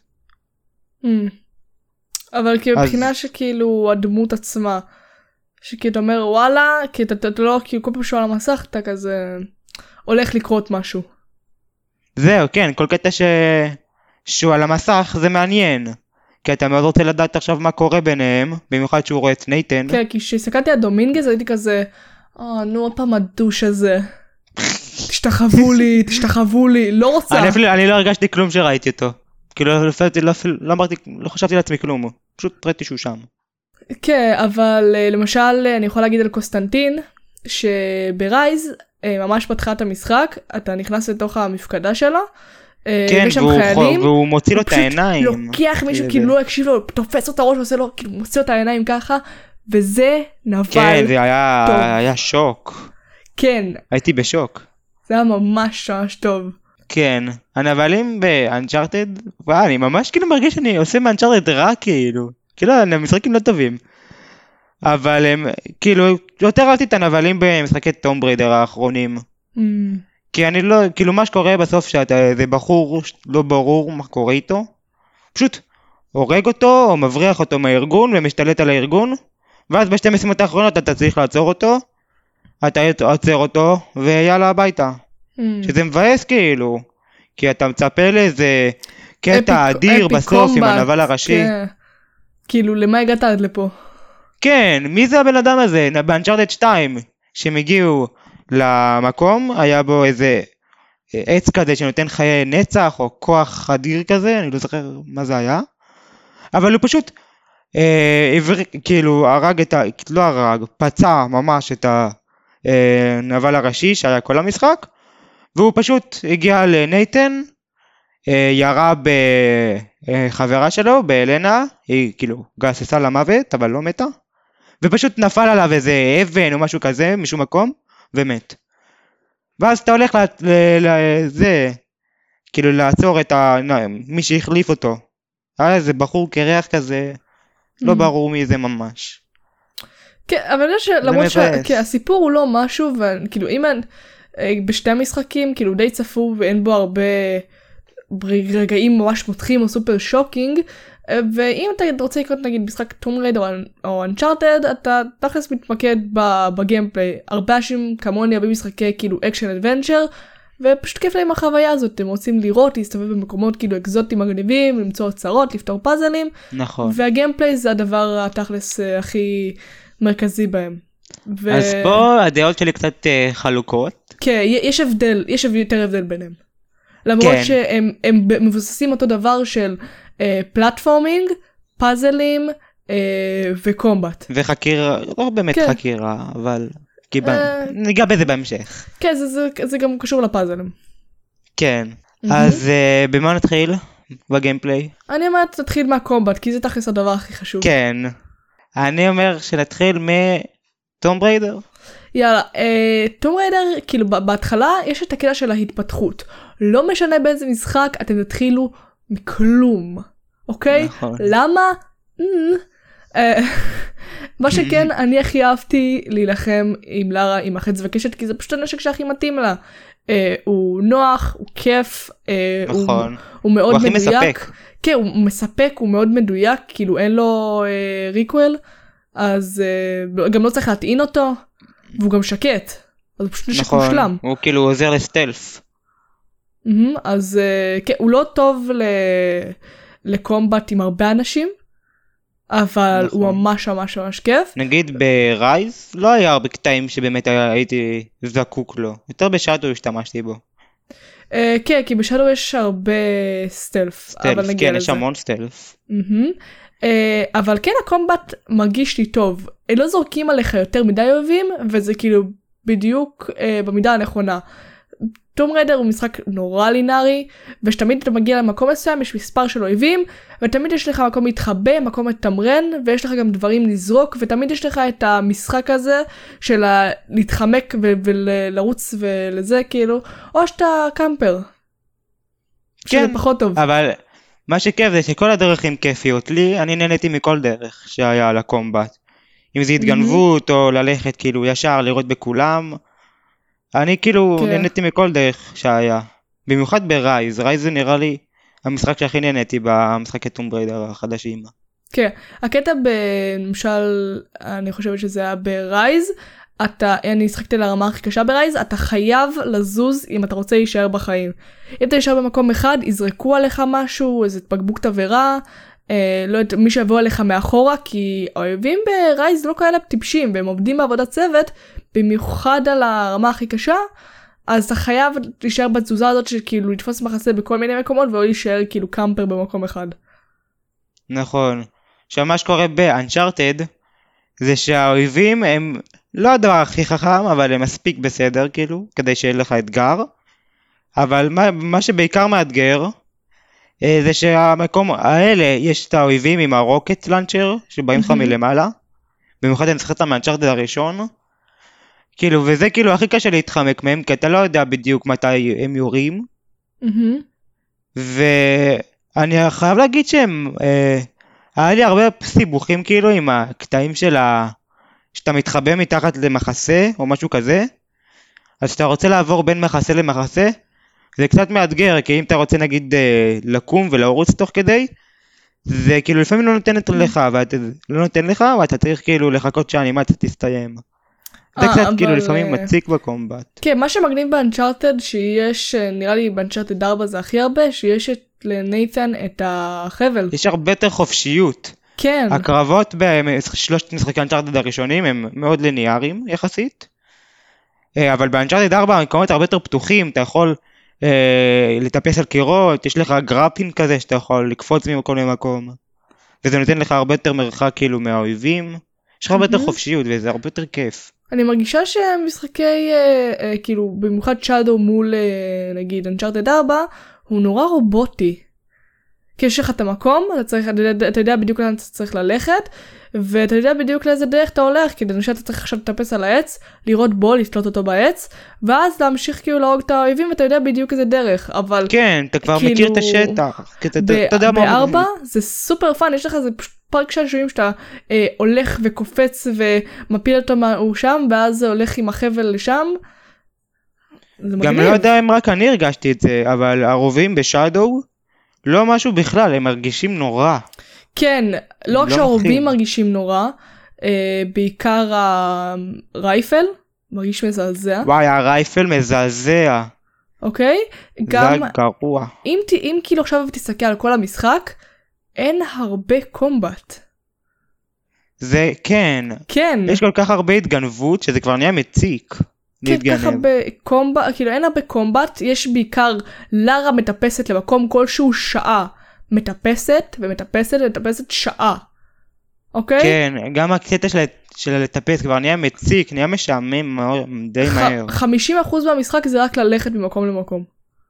אבל כאילו מבחינה שכאילו הדמות עצמה, שכאילו אתה אומר וואלה, כי אתה לא, כאילו כל פעם שהוא על המסך, אתה כזה הולך לקרות משהו. זהו, כן, כל קטע ש... שהוא על המסך זה מעניין. כי אתה מאוד רוצה לדעת עכשיו מה קורה ביניהם, במיוחד שהוא רואה את נייתן. כן, כי כשסתכלתי על דומינגז הייתי כזה, אה, נו, עוד פעם הדוש הזה. תשתחוו לי, תשתחוו לי, לא רוצה. אני, אפילו, אני לא הרגשתי כלום שראיתי אותו. כאילו, לא, לא, לא אמרתי, לא חשבתי לעצמי כלום, פשוט ראיתי שהוא שם. כן, אבל למשל, אני יכולה להגיד על קוסטנטין, שברייז, ממש בתחילת המשחק, אתה נכנס לתוך המפקדה שלו, כן, והוא, והוא מוציא לו את העיניים. הוא לוקח מישהו, כאילו לא הקשיב לו, תופס לו את הראש ועושה לו, כאילו מוציא לו את העיניים ככה, וזה נבל טוב. כן, זה היה, היה שוק. כן. הייתי בשוק. זה היה ממש ממש טוב. כן, הנבלים באנצ'ארטד, וואי, אני ממש כאילו מרגיש שאני עושה מאנצ'ארטד רע כאילו. כאילו, המשחקים לא טובים. אבל הם, כאילו, יותר אהבתי את הנבלים במשחקי טום בריידר האחרונים. Mm. כי אני לא, כאילו מה שקורה בסוף שאתה, זה בחור לא ברור מה קורה איתו, פשוט הורג אותו או מבריח אותו מהארגון ומשתלט על הארגון, ואז בשתי משימות האחרונות אתה צריך לעצור אותו, אתה עוצר אותו ויאללה הביתה. Mm. שזה מבאס כאילו, כי אתה מצפה לאיזה קטע אדיר בסוף עם הנבל הראשי. כאילו, למה הגעת עד לפה? כן, מי זה הבן אדם הזה? באנצ'ארטד שתיים, שהם הגיעו למקום, היה בו איזה עץ כזה שנותן חיי נצח, או כוח אדיר כזה, אני לא זוכר מה זה היה. אבל הוא פשוט, אה, עבר, כאילו, הרג את ה... לא הרג, פצע ממש את הנבל הראשי שהיה כל המשחק, והוא פשוט הגיע לנייתן, אה, ירה בחברה שלו, באלנה, היא כאילו גססה למוות, אבל לא מתה, ופשוט נפל עליו איזה אבן או משהו כזה, משום מקום, ומת. ואז אתה הולך לזה, כאילו לעצור את ה... מי שהחליף אותו. היה איזה בחור קרח כזה, לא ברור מי זה ממש. כן, אבל אני חושב שלמרות שהסיפור הוא לא משהו, וכאילו אם בשתי המשחקים, כאילו די צפו ואין בו הרבה רגעים ממש מותחים או סופר שוקינג, ואם אתה רוצה לקרוא נגיד משחק טום ריידר או אנצ'ארטד, אתה תכלס מתמקד בגיימפליי. הרבה אנשים כמוני הרבה משחקי כאילו אקשן אדוונצ'ר, ופשוט כיף להם החוויה הזאת, הם רוצים לראות, להסתובב במקומות כאילו אקזוטיים מגניבים, למצוא הצרות, לפתור פאזלים. נכון. והגיימפליי זה הדבר התכלס הכי מרכזי בהם. ו... אז פה הדעות שלי קצת uh, חלוקות. כן, יש הבדל, יש יותר הבדל ביניהם. למרות כן. שהם הם מבוססים אותו דבר של uh, פלטפורמינג, פאזלים uh, וקומבט. וחקירה, לא באמת כן. חקירה, אבל... כי uh, ניגע בזה בהמשך. כן, זה, זה, זה גם קשור לפאזלים. כן, mm-hmm. אז uh, במה נתחיל? בגיימפליי? אני אומרת נתחיל מהקומבט, כי זה תכלס הדבר הכי חשוב. כן, אני אומר שנתחיל מטום ריידר. יאללה, טום ריידר, כאילו בהתחלה יש את הקטע של ההתפתחות. לא משנה באיזה משחק, אתם תתחילו מכלום. אוקיי? נכון. למה? מה שכן, אני הכי אהבתי להילחם עם לארה, עם החץ וקשת, כי זה פשוט הנשק שהכי מתאים לה. הוא נוח, הוא כיף, נכון. הוא מאוד מדויק. הוא הכי מספק. כן, הוא מספק, הוא מאוד מדויק, כאילו אין לו ריקוול, אז גם לא צריך להטעין אותו. והוא גם שקט, אז הוא פשוט נשק מושלם. הוא כאילו עוזר לסטלף. אז כן, הוא לא טוב לקומבט עם הרבה אנשים, אבל הוא ממש ממש ממש כיף. נגיד ברייז, לא היה הרבה קטעים שבאמת הייתי זקוק לו. יותר בשאדו השתמשתי בו. כן, כי בשאדו יש הרבה סטלף. סטלף, כן, יש המון סטלף. אבל כן, הקומבט מרגיש לי טוב. לא זורקים עליך יותר מדי אוהבים, וזה כאילו בדיוק במידה הנכונה. טום ריידר הוא משחק נורא לינארי, ושתמיד אתה מגיע למקום מסוים, יש מספר של אויבים, ותמיד יש לך מקום להתחבא, מקום לתמרן, ויש לך גם דברים לזרוק, ותמיד יש לך את המשחק הזה של להתחמק ולרוץ ולזה כאילו, או שאתה קמפר. כן, שזה פחות טוב. אבל מה שכיף זה שכל הדרכים כיפיות לי, אני נהניתי מכל דרך שהיה על הקומבט. אם זה התגנבות או ללכת כאילו ישר לראות בכולם, אני כאילו כן. נהניתי מכל דרך שהיה. במיוחד ברייז, רייז זה נראה לי המשחק שהכי נהניתי במשחקי טום ריידר החדשים. כן, הקטע במשל, אני חושבת שזה היה ברייז, אתה, אני השחקתי לרמה הכי קשה ברייז, אתה חייב לזוז אם אתה רוצה להישאר בחיים. אם אתה להישאר במקום אחד, יזרקו עליך משהו, איזה בקבוק תברה, אה, לא יודעת, מי שיבוא עליך מאחורה, כי האויבים ברייז לא כאלה טיפשים, והם עובדים בעבודת צוות, במיוחד על הרמה הכי קשה, אז אתה חייב להישאר בתזוזה הזאת, שכאילו לתפוס מחסה בכל מיני מקומות, ולא להישאר כאילו קמפר במקום אחד. נכון. שמה שקורה באנצ'ארטד, זה שהאויבים הם לא הדבר הכי חכם, אבל הם מספיק בסדר כאילו, כדי שיהיה לך אתגר. אבל מה, מה שבעיקר מאתגר, זה שהמקום האלה יש את האויבים עם הרוקט לנצ'ר, שבאים לך מלמעלה. במיוחד אני צריך את המאנצ'ארטד הראשון. כאילו, וזה כאילו הכי קשה להתחמק מהם, כי אתה לא יודע בדיוק מתי הם יורים. ואני חייב להגיד שהם, אה, היה לי הרבה סיבוכים כאילו עם הקטעים של ה... שאתה מתחבא מתחת למחסה או משהו כזה, אז שאתה רוצה לעבור בין מחסה למחסה, זה קצת מאתגר, כי אם אתה רוצה נגיד לקום ולרוץ תוך כדי, זה כאילו לפעמים לא נותן לך, ואתה לא נותן לך, ואתה צריך כאילו לחכות שהאנימציה תסתיים. זה אה, קצת אבל, כאילו לפעמים אה, מציק בקומבט. כן, מה שמגניב באנצ'ארטד שיש, אה, נראה לי באנצ'ארטד ארבע זה הכי הרבה, שיש את- לנייתן את החבל. יש הרבה יותר חופשיות. כן, הקרבות בשלושת משחקי אנצ'ארטד הראשונים הם מאוד ליניאריים יחסית. אה, אבל באנצ'ארטד ארבע המקומות הרבה יותר פתוחים, אתה יכול אה, לטפס על קירות, יש לך גרפין כזה שאתה יכול לקפוץ ממקום למקום. וזה נותן לך הרבה יותר מרחק כאילו מהאויבים. יש לך הרבה יותר מהמם. חופשיות וזה הרבה יותר כיף. אני מרגישה שמשחקי, אה, אה, כאילו, במיוחד שדו מול, אה, נגיד, אנצ'ארטד ארבע, הוא נורא רובוטי. כי יש לך את המקום, אתה צריך, אתה יודע, אתה יודע בדיוק לאן אתה צריך ללכת, ואתה יודע בדיוק לאיזה דרך אתה הולך, כדי שאתה צריך עכשיו לטפס על העץ, לראות בו, לתלות אותו בעץ, ואז להמשיך כאילו להרוג את האויבים, ואתה יודע בדיוק איזה דרך, אבל כן, אתה כבר כאילו, מכיר את השטח. כי אתה- ב- אתה יודע מה... בארבע זה סופר פאן, יש לך איזה פשוט פארק של שויים שאתה אה, הולך וקופץ ומפיל אותו הוא שם, ואז זה הולך עם החבל לשם. זה גם מגניב. לא יודע אם רק אני הרגשתי את זה, אבל הרובים בשאדו לא משהו בכלל, הם מרגישים נורא. כן, לא רק לא שהרובים נוחים. מרגישים נורא, אה, בעיקר הרייפל, מרגיש מזעזע, וואי, הרייפל מזעזע. אוקיי? זה גם גרוע. אם, ת- אם כאילו עכשיו תסתכל על כל המשחק, אין הרבה קומבט. זה כן. כן. יש כל כך הרבה התגנבות שזה כבר נהיה מציק. כן, ככה להתגנב. בקומבט, כאילו אין הרבה קומבט, יש בעיקר לארה מטפסת למקום כלשהו שעה, מטפסת ומטפסת ומטפסת שעה, אוקיי? כן, גם הקטע של, של לטפס כבר נהיה מציק, נהיה משעמם מאוד, די מהר. ח- חמישים אחוז מהמשחק זה רק ללכת ממקום למקום.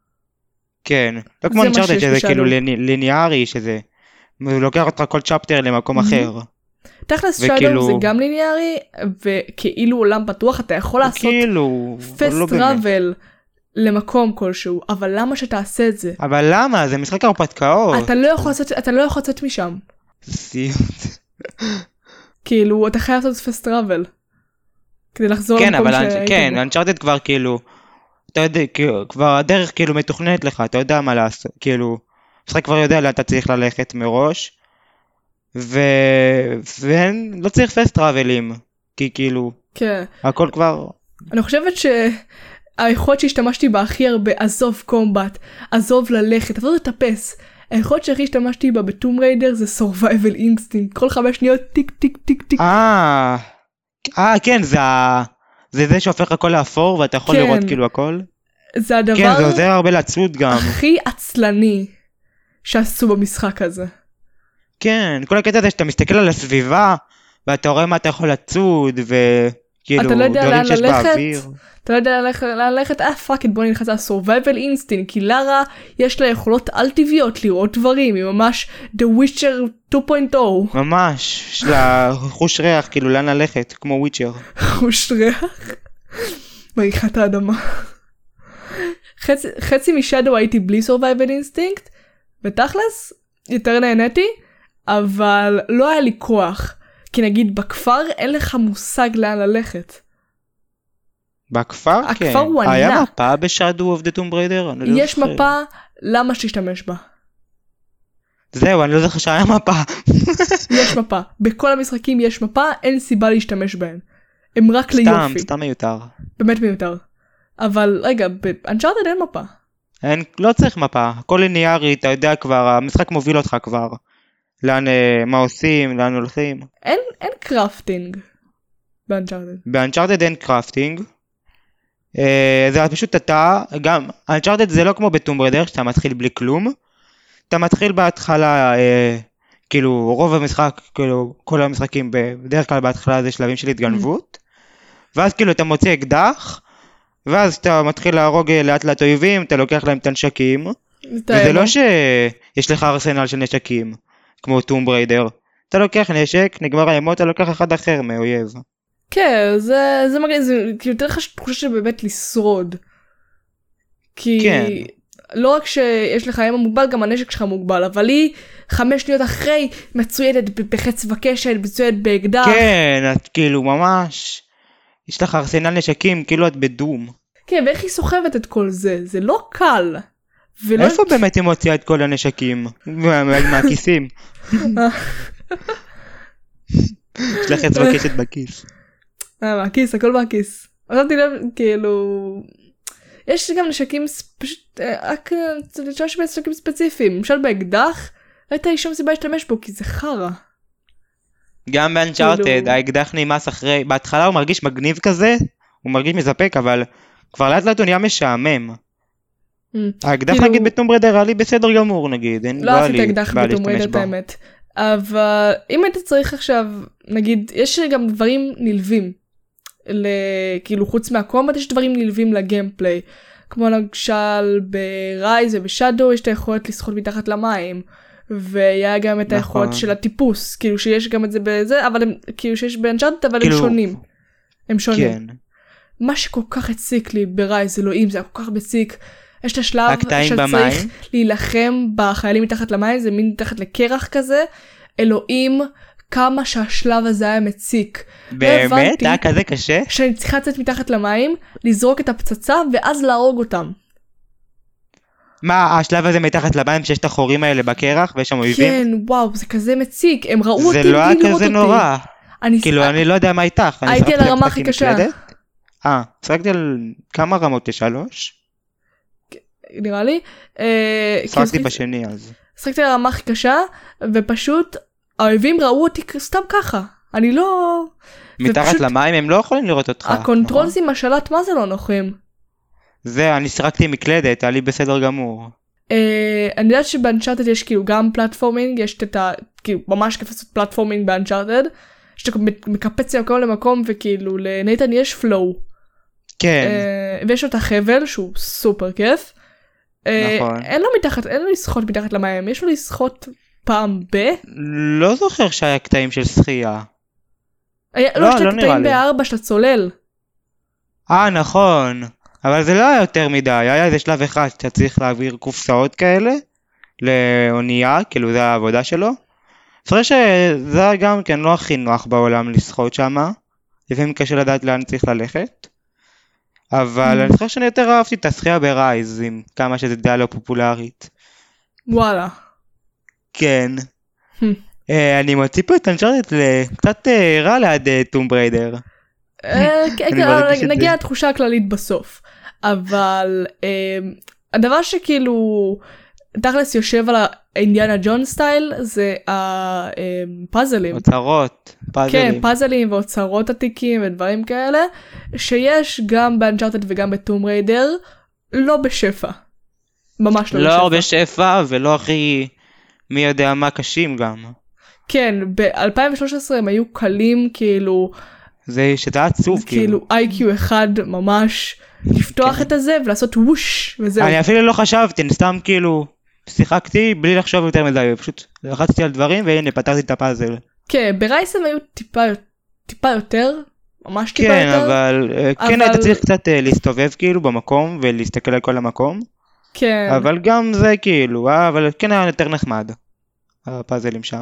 כן, לא כמו זה מה אנצ'ארטד שיש שזה בשאדו. כאילו ליני- ליניארי, שזה הוא לוקח אותך כל צ'פטר למקום אחר. תכלס וכאילו- שדו זה גם ליניארי, וכאילו עולם פתוח אתה יכול לעשות כאילו, פסט לא באמת. טראבל למקום כלשהו, אבל למה שתעשה את זה? אבל למה? זה משחק הרפתקאות. אתה לא יכול לצאת- אתה לא יכול לצאת משם. סיוט. כאילו אתה חייב לעשות פסט טראבל. כדי לחזור כן, למקום אבל שהיית כן, בו. אנצ'ארטד כבר כאילו, אתה יודע, כאילו, כבר הדרך כאילו מתוכננת לך, אתה יודע מה לעשות, כאילו, משחק כבר יודע לאן אתה צריך ללכת מראש, ו... ואין, לא צריך פסט טראבלים, כי כאילו, כן. הכל כבר, אני חושבת שהיכולת שהשתמשתי בה הכי הרבה, עזוב קומבט, עזוב ללכת, עזוב לטפס. היכולת שהכי השתמשתי בה בטום ריידר זה survival instinct, כל חמש שניות טיק טיק טיק טיק. אה, אה, כן, זה ה... זה זה שהופך הכל לאפור ואתה יכול כן. לראות כאילו הכל. זה הדבר כן, זה עוזר הרבה לצוד גם. הכי עצלני שעשו במשחק הזה. כן, כל הקטע הזה שאתה מסתכל על הסביבה, ואתה רואה מה אתה יכול לצוד, וכאילו, אתה לא יודע דברים לאן שיש ללכת? באוויר. אתה לא יודע ללכת, לאן ללכת, אה פאק את בוא נלחץ על survival instinct, כי לארה יש לה יכולות על טבעיות לראות דברים, היא ממש The Witcher שתיים נקודה אפס. ממש, יש לה חוש ריח, כאילו, לאן ללכת, כמו וויצ'ר. חוש ריח. מריחת האדמה. חצי, חצי משדו הייתי בלי survival instinct, ותכלס יותר נהניתי, אבל לא היה לי כוח. כי נגיד בכפר אין לך מושג לאן ללכת. בכפר, הכפר כן. הוא היה ענק. מפה בשאדו אוף דה טום בריידר? אני לא יש זוכר. מפה, למה שתשתמש בה? זהו, אני לא זוכר שהיה מפה. יש מפה. בכל המשחקים יש מפה, אין סיבה להשתמש בהן. הם רק סתם, ליופי. סתם מיותר. באמת מיותר. אבל רגע, באנצ'ארטד אין מפה. אין, לא צריך מפה, הכל ליניארי, אתה יודע כבר, המשחק מוביל אותך כבר. לאן, אה, מה עושים, לאן הולכים. אין, אין קרפטינג באנצ'ארטד. באנצ'ארטד אין קרפטינג. אה, זה פשוט אתה, גם, אנצ'ארטד זה לא כמו בטום בריידר שאתה מתחיל בלי כלום. אתה מתחיל בהתחלה, אה, כאילו רוב המשחק, כאילו כל המשחקים בדרך כלל בהתחלה זה שלבים של התגנבות. ואז כאילו אתה מוציא אקדח, ואז אתה מתחיל להרוג לאט לאט אויבים, אתה לוקח להם את הנשקים. וזה לא שיש לך ארסנל של נשקים, כמו טום בריידר. אתה לוקח נשק, נגמר הימות, אתה לוקח אחד אחר מאויב. כן, זה, זה מגניב, זה כאילו יותר לך תחושה של באמת לשרוד. כי כן. לא רק שיש לך ימה מוגבל, גם הנשק שלך מוגבל, אבל היא חמש שניות אחרי מצוידת בחץ וקשת, מצוידת באקדח. כן, את כאילו ממש, יש לך ארסנל נשקים, כאילו את בדום. כן, ואיך היא סוחבת את כל זה? זה לא קל. ולא... איפה באמת היא מוציאה את כל הנשקים? מה- מה- מהכיסים. יש לך חץ וקשת בכיס. אה, מהכיס, הכל מהכיס. שמתי לב, כאילו... יש גם נשקים פשוט, רק נשקים ספציפיים. למשל באקדח, הייתה לי שום סיבה להשתמש בו, כי זה חרא. גם באנצ'ארטד, האקדח נמאס אחרי, בהתחלה הוא מרגיש מגניב כזה, הוא מרגיש מזפק, אבל כבר לאט לאט הוא נהיה משעמם. האקדח נגיד בטום בריידר היה לי בסדר גמור נגיד. לא עשיתי אקדח בטום בריידר את האמת. אבל אם היית צריך עכשיו, נגיד, יש גם דברים נלווים. כאילו חוץ מהקומבט יש דברים נלווים לגיימפליי. כמו למשל ברייז ובשאדו יש את היכולת לשחות מתחת למים. והיה גם את היכולת של הטיפוס. כאילו שיש גם את זה בזה, אבל הם, כאילו שיש באנצ'ארטד, אבל הם שונים. הם שונים. מה שכל כך הציק לי ברייז, אלוהים, זה היה כל כך מציק. יש את השלב שצריך להילחם בחיילים מתחת למים, זה מין מתחת לקרח כזה. אלוהים, כמה שהשלב הזה היה מציק. באמת? היה כזה קשה? שאני צריכה לצאת מתחת למים, לזרוק את הפצצה, ואז להרוג אותם. מה, השלב הזה מתחת למים, שיש את החורים האלה בקרח, ויש שם אויבים? כן, וואו, זה כזה מציק. הם ראו אותי, זה לא היה כזה נורא. כאילו, אני לא יודע מה איתך. הייתי על הרמה הכי קשה. אה, שחקתי על כמה רמות? שלוש? נראה לי. שחקתי בשני אז. שחקתי על הרמה הכי קשה, ופשוט האויבים ראו אותי סתם ככה. אני לא... מתחת למים הם לא יכולים לראות אותך. הקונטרולס עם השלט, מה זה לא נוחים? זה, אני שחקתי מקלדת, היה לי בסדר גמור. אני יודעת שבאנצ'ארטד יש כאילו גם פלטפורמינג, יש את ה... כאילו ממש כיף לעשות פלטפורמינג באנצ'ארטד, שאתה מקפץ ממקום למקום, וכאילו לנייתן יש פלואו. כן. ויש לו את החבל, שהוא סופר כיף. נכון. אין לו מתחת, אין לו לשחות מתחת למים, יש לו לשחות פעם ב... לא זוכר שהיה קטעים של שחייה. לא, יש את הקטעים בארבע שאתה צולל. אה, נכון. אבל זה לא היה יותר מדי, היה איזה שלב אחד שאתה צריך להעביר קופסאות כאלה לאונייה, כאילו זה העבודה שלו. צריך שזה היה גם כן לא הכי נוח בעולם לשחות שם, לפעמים קשה לדעת לאן צריך ללכת. אבל אני חושב שאני יותר אהבתי את השחייה ברייז, עם כמה שזה די לא פופולרית. וואלה. כן. אני מוציא פה את אנצ'ארטד קצת רע ליד טום בריידר. נגיע לתחושה הכללית בסוף. אבל הדבר שכאילו תכלס יושב על האינדיאנה ג'ון סטייל זה הפאזלים. אוצרות. כן, פאזלים ואוצרות עתיקים ודברים כאלה שיש גם באנצ'ארטד וגם בטום ריידר, לא בשפע. ממש לא בשפע. לא בשפע ולא הכי מי יודע מה קשים גם. כן, ב-אלפיים ושלוש עשרה הם היו קלים כאילו... זה שאתה עצוב כאילו. כאילו איי קיו אחד ממש לפתוח את הזה ולעשות ווש וזהו. אני אפילו לא חשבתי, אני סתם כאילו שיחקתי בלי לחשוב יותר מדי, פשוט לחצתי על דברים והנה פתרתי את הפאזל. כן, ברייס הם היו טיפה, טיפה יותר, ממש טיפה כן, יותר. אבל, אבל... כן היית צריך קצת להסתובב כאילו במקום ולהסתכל על כל המקום. כן. אבל גם זה כאילו, אבל כן היה יותר נחמד, הפאזלים שם.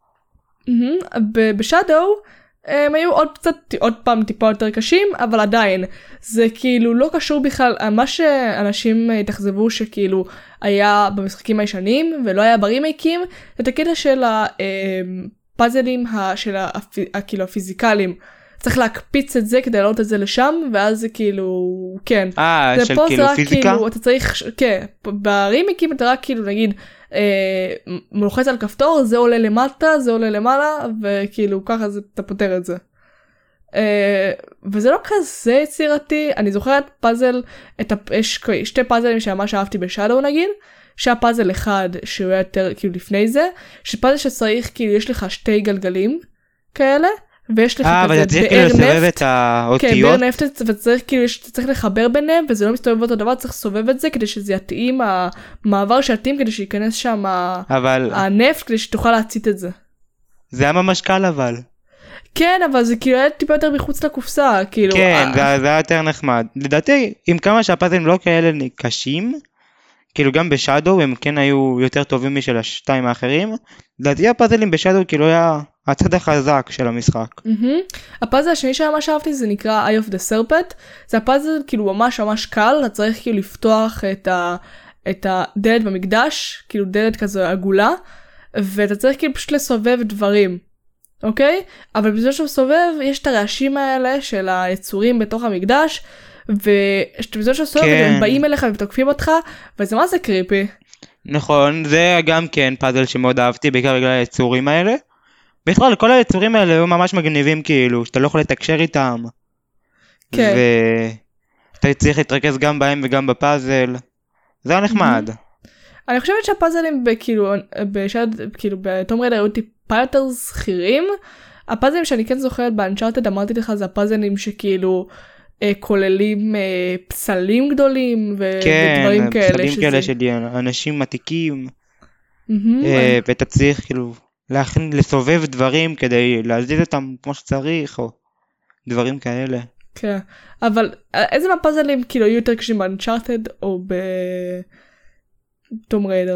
בשאדו הם היו עוד קצת, עוד פעם טיפה יותר קשים, אבל עדיין, זה כאילו לא קשור בכלל, מה שאנשים התאכזבו שכאילו היה במשחקים הישנים, ולא היה ברימייקים, את הקטע של הפאזלים, של כאילו הפיזיקליים, צריך להקפיץ את זה כדי לעלות את זה לשם, ואז זה כאילו, כן. אה, של כאילו פיזיקה? כאילו, אתה צריך, כן, ברימייקים אתה רק כאילו נגיד, אה, מלוחץ על כפתור, זה עולה למטה, זה עולה למעלה, וכאילו ככה זה, אתה פותר את זה. אה, וזה לא כזה יצירתי, אני זוכרת פאזל, את ה, יש שתי פאזלים שממש אהבתי בשאדו נגיד, שהיה פאזל אחד שהוא היה יותר כאילו לפני זה, שפאזל שצריך כאילו יש לך שתי גלגלים כאלה, ויש לך אה, כזה צריך באר כאילו לסובב נפט, את האותיות. כן, באר נפט, וצריך כאילו, צריך לחבר ביניהם, וזה לא מסתובב אותו דבר, צריך לסובב את זה, כדי שזה יתאים, המעבר שיתאים, כדי שייכנס שם אבל... הנפט, כדי שתוכל להצית את זה. זה היה ממש קל אבל. כן, אבל זה כאילו היה טיפה יותר מחוץ לקופסה, כאילו. כן, זה, זה היה יותר נחמד. לדעתי, עם כמה שהפאזלים לא כאלה קשים, כאילו גם בשאדו הם כן היו יותר טובים משל השתיים האחרים, לדעתי הפאזלים בשאדו כאילו היה הצד החזק של המשחק. הפאזל השני שממש אהבתי זה נקרא Eye of the Serpent, זה הפאזל כאילו ממש ממש קל, אתה צריך כאילו לפתוח את הדלת במקדש, כאילו דלת כזו עגולה, ואתה צריך כאילו פשוט לסובב דברים. אוקיי? אבל בזמן שהוא סובב, יש את הרעשים האלה של היצורים בתוך המקדש, ובזמן שהוא סובב, כן. הם באים אליך ותוקפים אותך, וזה מה זה קריפי. נכון, זה גם כן פאזל שמאוד אהבתי, בעיקר בגלל היצורים האלה. בכלל, כל היצורים האלה היו ממש מגניבים כאילו, שאתה לא יכול לתקשר איתם. כן. ואתה צריך להתרכז גם בהם וגם בפאזל. זה היה נחמד. אני חושבת שהפאזלים בכאילו, בשד, כאילו בתום ריידר היו טיפה יותר זכירים. הפאזלים שאני כן זוכרת באנצ'ארטד, אמרתי לך, זה הפאזלים שכאילו אה, כוללים אה, פסלים גדולים ו- כן, ודברים כאלה. פסלים שזה... כאלה של אנשים עתיקים. Mm-hmm. אה, ואתה צריך כאילו להכין, לסובב דברים כדי להזיז אותם כמו שצריך, או דברים כאלה. כן, אבל איזה מהפאזלים כאילו היו יותר קשים באנצ'ארטד או בטום ריידר?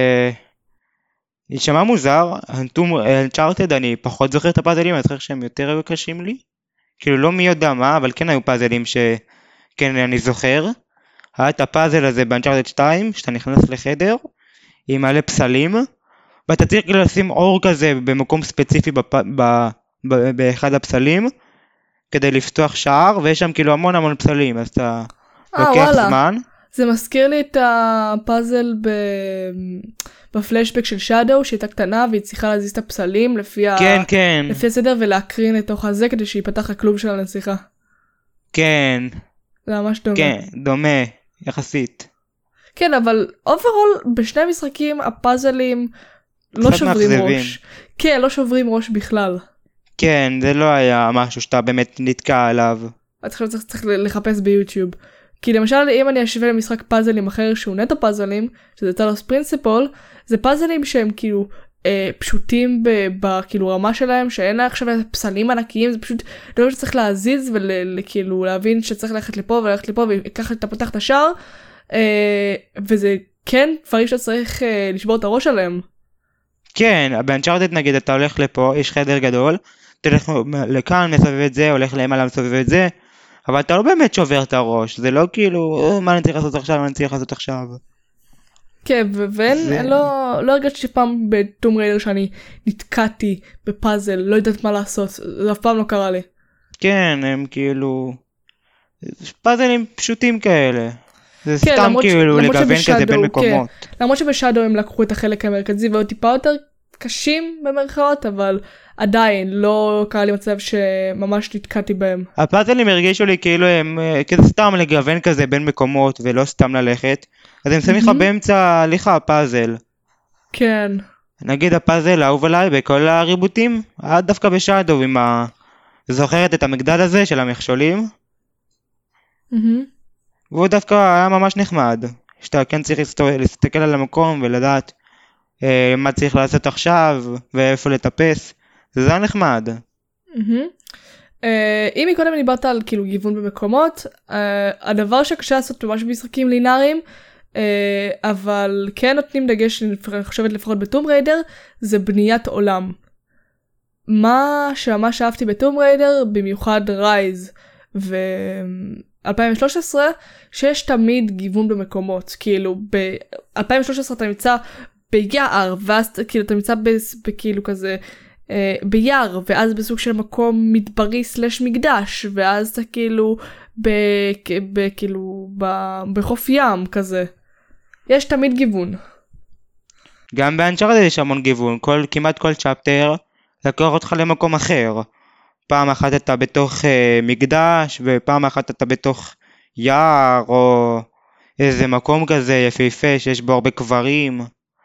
יישמע מוזר, אנצ'ארטד אני פחות זוכר את הפאזלים, אני זוכר שהם יותר היו קשים לי. כאילו לא מי יודע מה, אבל כן היו פאזלים שכן אני זוכר. היה את הפאזל הזה באנצ'ארטד שתיים, שאתה נכנס לחדר עם מלא פסלים, ואתה צריך לשים אור כזה במקום ספציפי בפ... ב... ב... באחד הפסלים, כדי לפתוח שער, ויש שם כאילו המון המון פסלים, אז אתה 아, לוקח וואלה. זמן. זה מזכיר לי את הפאזל ב... בפלשבק של שדו, שהייתה קטנה והיא צריכה להזיז את הפסלים לפי, כן, ה... כן. לפי הסדר ולהקרין לתוך הזה כדי שיפתח הכלוב של הנסיכה. כן, זה ממש דומה. כן, דומה, יחסית. כן, אבל אוברול בשני המשחקים הפאזלים לא קצת שוברים מאכזבים. ראש. כן, לא שוברים ראש בכלל. כן, זה לא היה משהו שאתה באמת נתקע עליו. את עכשיו צריך, צריך לחפש ביוטיוב. כי למשל אם אני אשווה למשחק פאזלים אחר שהוא נטו פאזלים, שזה טלוס פרינסיפול, זה פאזלים שהם כאילו אה, פשוטים בכאילו רמה שלהם, שאין לה עכשיו פסלים ענקיים, זה פשוט דבר שצריך להזיז וכאילו להבין שצריך ללכת לפה וללכת לפה וככה אתה פותח את השער, אה, וזה כן דברים שצריך אה, לשבור את הראש עליהם. כן, באנצ'ארטד נגיד אתה הולך לפה, יש חדר גדול, אתה הולך לכאן מסובב את זה, הולך למעלה מסובב את זה, אבל אתה לא באמת שובר את הראש, זה לא כאילו, מה אני צריך לעשות עכשיו, מה אני צריך לעשות עכשיו. כן, ו- ואין, זה- לא, לא הרגשתי שפעם בטום ריידר שאני נתקעתי בפאזל, לא יודעת מה לעשות, זה אף פעם לא קרה לי. כן, הם כאילו, פאזלים פשוטים כאלה. זה כן, סתם למרות ש- כאילו למרות לגוון שבשאדו, כזה בין כן. מקומות. למרות שבשאדו הם לקחו את החלק המרכזי והיו טיפה יותר קשים במרכאות, אבל עדיין לא קרה לי מצב שממש נתקעתי בהם. הפאזלים הרגישו לי כאילו הם אה, כזה סתם לגוון כזה בין מקומות ולא סתם ללכת, אז הם שמים לך מהמם. באמצע הליכה הפאזל. כן. נגיד הפאזל האהוב עליי בכל הריבוטים, היה דווקא בשאדו עם ה... זוכרת את המגדל הזה של המכשולים? מהמם. והוא דווקא היה ממש נחמד, שאתה כן צריך להסתכל- להסתכל על המקום ולדעת אה, מה צריך לעשות עכשיו ואיפה לטפס, זה היה נחמד. מהמם. אה, אם מקודם דיברת על כאילו גיוון במקומות, אה, הדבר שקשה לעשות ממש במשחקים לינאריים, אה, אבל כן נותנים דגש, אני חושבת לפחות בטום ריידר, זה בניית עולם. מה שממש אהבתי בטום ריידר, במיוחד רייז ו-אלפיים ושלוש עשרה, שיש תמיד גיוון במקומות. כאילו ב-אלפיים ושלוש עשרה אתה נמצא ביער, ואז כאילו אתה נמצא ב- בכאילו כזה אה, ביער, ואז בסוג של מקום מדברי סלש מקדש, ואז אתה כאילו ב- ב- כאילו ב- בחוף ים כזה. יש תמיד גיוון. גם באנצ'ארטד יש המון גיוון, כל, כמעט כל צ'פטר לקוח אותך למקום אחר. פעם אחת אתה בתוך אה, מקדש, ופעם אחת אתה בתוך יער, או איזה מקום כזה יפהפה שיש בו הרבה קברים.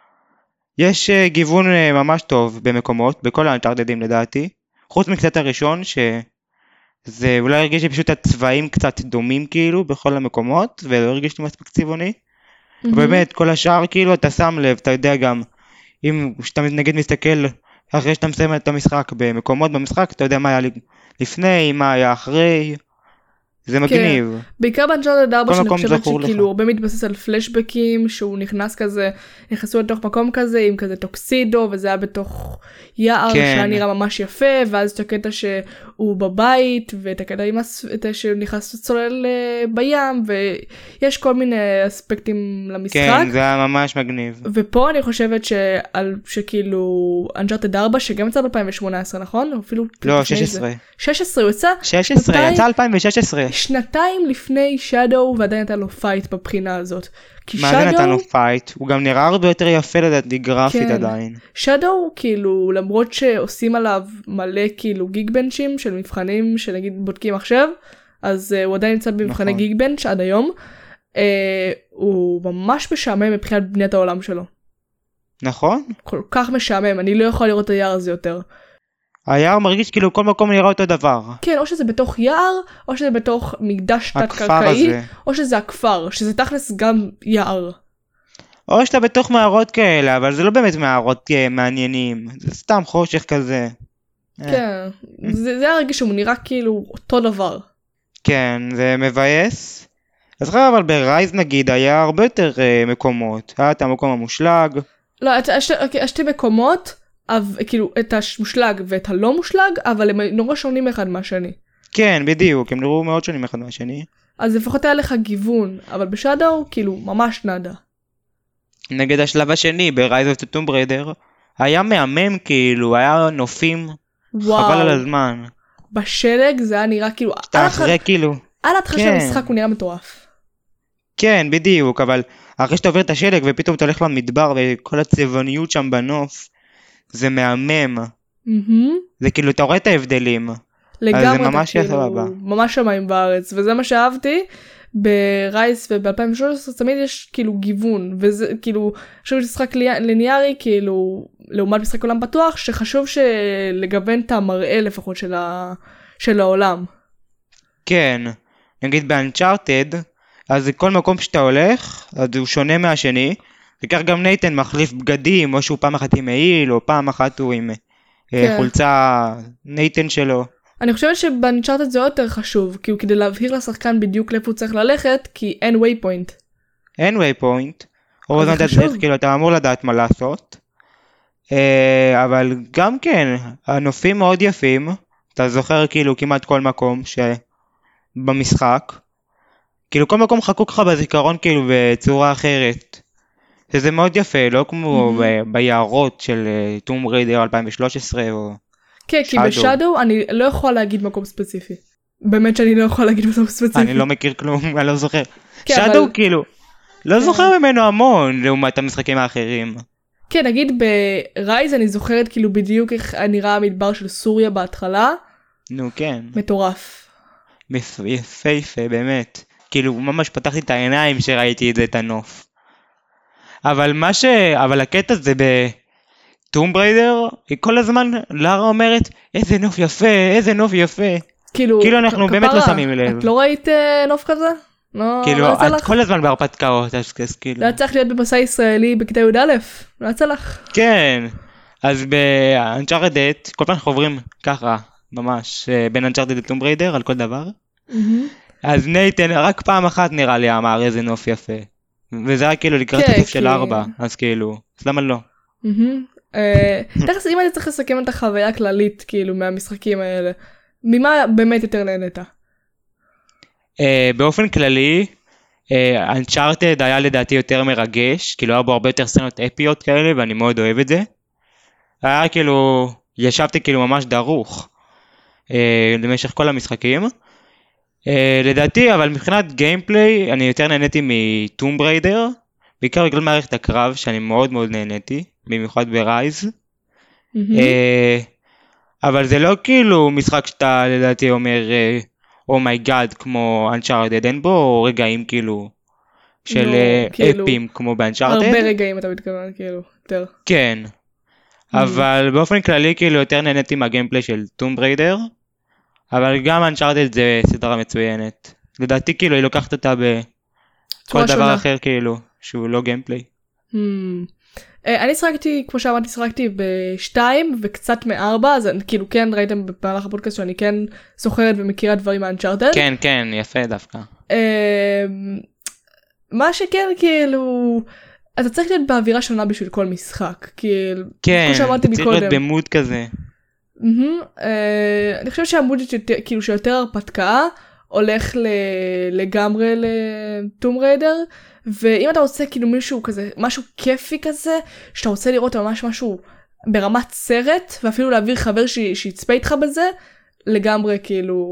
יש אה, גיוון אה, ממש טוב במקומות, בכל האנצ'ארטדים לדעתי. חוץ מקצת הראשון, שזה אולי הרגיש לי פשוט הצבעים קצת דומים כאילו בכל המקומות, ולא הרגיש לי מספיק צבעוני. באמת, כל השאר כאילו אתה שם לב, אתה יודע גם, אם שאתה נגיד מסתכל אחרי שאתה מסיים את המשחק במקומות במשחק, אתה יודע מה היה לפני, מה היה אחרי, זה מגניב. בעיקר באנצ'ארטד ארבע, כל שאני מקום חושבת זכור שכאילו לך. הרבה מתבסס על פלשבקים, שהוא נכנס כזה, נכנסו לתוך מקום כזה עם כזה טוקסידו, וזה היה בתוך יער כן. שהיה נראה ממש יפה, ואז את הקטע שהוא בבית, ואת הקטע עם הס- את ה- שהוא נכנס לצולל אה, בים, ויש כל מיני אספקטים למשחק. כן, זה היה ממש מגניב. ופה אני חושבת שעל, שכאילו אנצ'ארטד ארבע, שגם יצא ב-אלפיים שמונה עשרה, נכון? או אפילו לא, לפני שש זה. עשרה. שש עשרה הוא יצא? שש עשרה, שנתיים- יצא אלפיים ושש עשרה. שנתיים לפני שדו, ועדיין הייתה לו פייט בבחינה הזאת. כי מה זה נתן לו שדו, פייט? הוא גם נראה הרבה יותר יפה לדעתי גרפית כן. עדיין. שדו, כאילו, למרות שעושים עליו מלא כאילו גיג בנצ'ים של מבחנים שנגיד בודקים מחשב, אז uh, הוא עדיין נמצא במבחני נכון. גיג בנצ' עד היום. Uh, הוא ממש משעמם מבחינת בניית העולם שלו. נכון? כל כך משעמם, אני לא יכול לראות את היער הזה יותר. היער מרגיש כאילו כל מקום נראה אותו דבר. כן, או שזה בתוך יער, או שזה בתוך מקדש הכפר תת-קרקעי, הזה. או שזה הכפר, שזה תכלס גם יער. או או שאתה בתוך מערות כאלה, אבל זה לא באמת מערות אה, מעניינים. זה סתם חושך כזה. אה, כן, זה, זה היה רגע שהוא נראה כאילו אותו דבר. כן, זה מבאס. אז אחר אבל ברייז נגיד היה הרבה יותר אה, מקומות. היה את המקום המושלג. לא, את- השתי, אוקיי, השתי מקומות, אבל, כאילו את המושלג ואת הלא מושלג, אבל הם נורא שונים אחד מהשני. כן, בדיוק, הם נראו מאוד שונים אחד מהשני. אז לפחות היה לך גיוון, אבל בשאדו כאילו ממש נדה. נגד השלב השני ברייז אוף טום בריידר, היה מהמם כאילו, היה נופים, וואו, חבל על הזמן. בשלג זה היה נראה כאילו, אתה על אחרי התח- כאילו, על התחלה של כן. המשחק הוא נראה מטורף. כן, בדיוק, אבל אחרי שאתה עובר את השלג ופתאום אתה הולך למדבר וכל הצבעוניות שם בנוף, זה מהמם. מהמם. זה כאילו, אתה רואה את ההבדלים. לגמרי, אתה ממש יהיה כאילו, סבבה. ממש שמיים בארץ, וזה מה שאהבתי ברייס וב-אלפיים ושלוש עשרה תמיד יש כאילו גיוון, וזה כאילו, חשוב משחק ליניארי, כאילו, לעומת משחק עולם פתוח, שחשוב לגוון את המראה לפחות של, ה... של העולם. כן, נגיד באנצ'ארטד, אז כל מקום שאתה הולך, אז הוא שונה מהשני, וכך גם נייתן מחליף בגדים, או שהוא פעם אחת עם מעיל, או פעם אחת הוא עם אה, כן. חולצה נייתן שלו. אני חושבת שבאנצ'ארטד זה יותר חשוב, כאילו כדי להבהיר לשחקן בדיוק לאיפה הוא צריך ללכת, כי אין waypoint. אין waypoint, או אז זה אתה חשוב. צריך, כאילו אתה אמור לדעת מה לעשות, אה, אבל גם כן, הנופים מאוד יפים, אתה זוכר כאילו כמעט כל מקום שבמשחק, כאילו כל מקום חקוק לך בזיכרון כאילו בצורה אחרת, שזה מאוד יפה, לא כמו ב- ביערות של טום ריידר אלפיים ושלוש עשרה או... כן, כי Shadow. בשאדו אני לא יכולה להגיד מקום ספציפי. באמת שאני לא יכולה להגיד מקום ספציפי. אני לא מכיר כלום, אני לא זוכר. כן, שדו אבל- כאילו, לא זוכר ממנו המון לעומת המשחקים האחרים. כן, נגיד ברייז אני זוכרת כאילו בדיוק איך נראה המדבר של סוריה בהתחלה, נו כן, מטורף. מפ- יפהפה באמת. כאילו ממש פתחתי את העיניים שראיתי את זה, את הנוף. אבל מה ש... אבל הקטע זה בטום בריידר, היא כל הזמן לארה אומרת איזה נוף יפה, איזה נוף יפה. כאילו, כאילו אנחנו כ- באמת לא כפרה, שמים לב. את לא ראית אה, נוף כזה? לא, כאילו לא יצא את לך? כל הזמן בהרפתקאות, אז אז כאילו. לא היה צריך להיות במסע ישראלי בכיתה י"א, לא יצא לך. כן, אז באנצ'ארטד כל פעם אנחנו עוברים ככה, ממש, אה, בין אנצ'ארטד לטום בריידר על כל דבר. אז נייתן רק פעם אחת נראה לי אמר איזה נוף יפה. וזה היה כאילו לקראת כן, הסוף של כי- ארבע, אז כאילו, אז למה לא? מהמם. אה, תכף אם אני צריך לסכם את החוויה הכללית כאילו מהמשחקים האלה, ממה באמת יותר נהנית? אה, באופן כללי, אנצ'ארטד היה לדעתי יותר מרגש, כאילו היה בו הרבה יותר סצנות אפיות כאלה, ואני מאוד אוהב את זה. היה כאילו, ישבתי כאילו ממש דרוך אה, למשך כל המשחקים. אה, לדעתי, אבל מבחינת גיימפליי, אני יותר נהניתי מטום בריידר, בעיקר בגלל מערכת הקרב, שאני מאוד מאוד נהניתי, במיוחד ברייז. מהמם. אה, אבל זה לא כאילו משחק שאתה לדעתי אומר אומייגאד כמו אנצ'ארטד, אין בו רגעים כאילו של נו, אה, כאילו, אפים כמו באנצ'ארטד. הרבה רגעים אתה מתכוון כאילו, יותר. כן, אבל באופן כללי כאילו יותר נהניתי מהגיימפליי של טום בריידר, אבל גם אנצ'ארטד זה סדרה מצוינת. לדעתי כאילו היא לוקחת אותה בכל צורה דבר שונה. אחר כאילו שהוא לא גיימפליי. Hmm. אני שחקתי, כמו שאמרתי, שחקתי בשתיים וקצת מארבע, אז כאילו כן ראיתם במהלך הפודקאסט שאני כן זוכרת ומכירה דברים מאנצ'ארטד. כן, כן, יפה דווקא. מה שכן, כאילו, אתה צריך להיות באווירה שונה בשביל כל משחק, כאילו, כן, צריך להיות במוד כזה. אני חושבת שהמוד כאילו שיותר הרפתקה, הולך לגמרי לטום ריידר, ואם אתה רוצה כאילו מישהו כזה, משהו כיפי כזה, שאתה רוצה לראות ממש משהו ברמת סרט, ואפילו להעביר חבר שיצפה איתך בזה, לגמרי כאילו...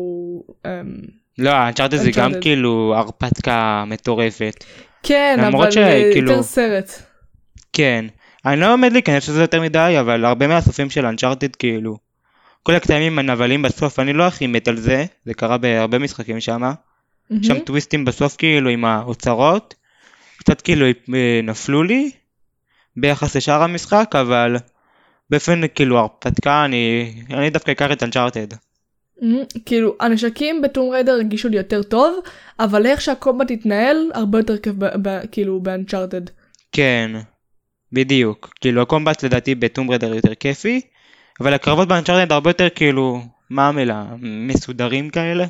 לא, אנצ'ארטד זה גם כאילו הרפתקה מטורפת. כן, אבל יותר סרט. כן, אני לא עומד להיכנס שזה יותר מדי, אבל הרבה מהסופים של אנצ'ארטד כאילו, כל הקטעים הנבלים בסוף, אני לא הכי מת על זה, זה קרה בהרבה משחקים שם, שם טוויסטים בסוף כאילו עם האוצרות, קצת כאילו נפלו לי ביחס לשאר המשחק, אבל באופן כאילו הרפתקה אני, אני דווקא אקח את אנצ'ארטד. כאילו הנשקים בטום ריידר הרגישו לי יותר טוב, אבל איך שהקומבט התנהל הרבה יותר כיף כאילו באנצ'ארטד. כן, בדיוק, כאילו הקומבט לדעתי בטום ריידר יותר כיפי, אבל הקרבות באנצ'ארטד הרבה יותר כאילו, מה המילה, מסודרים כאלה?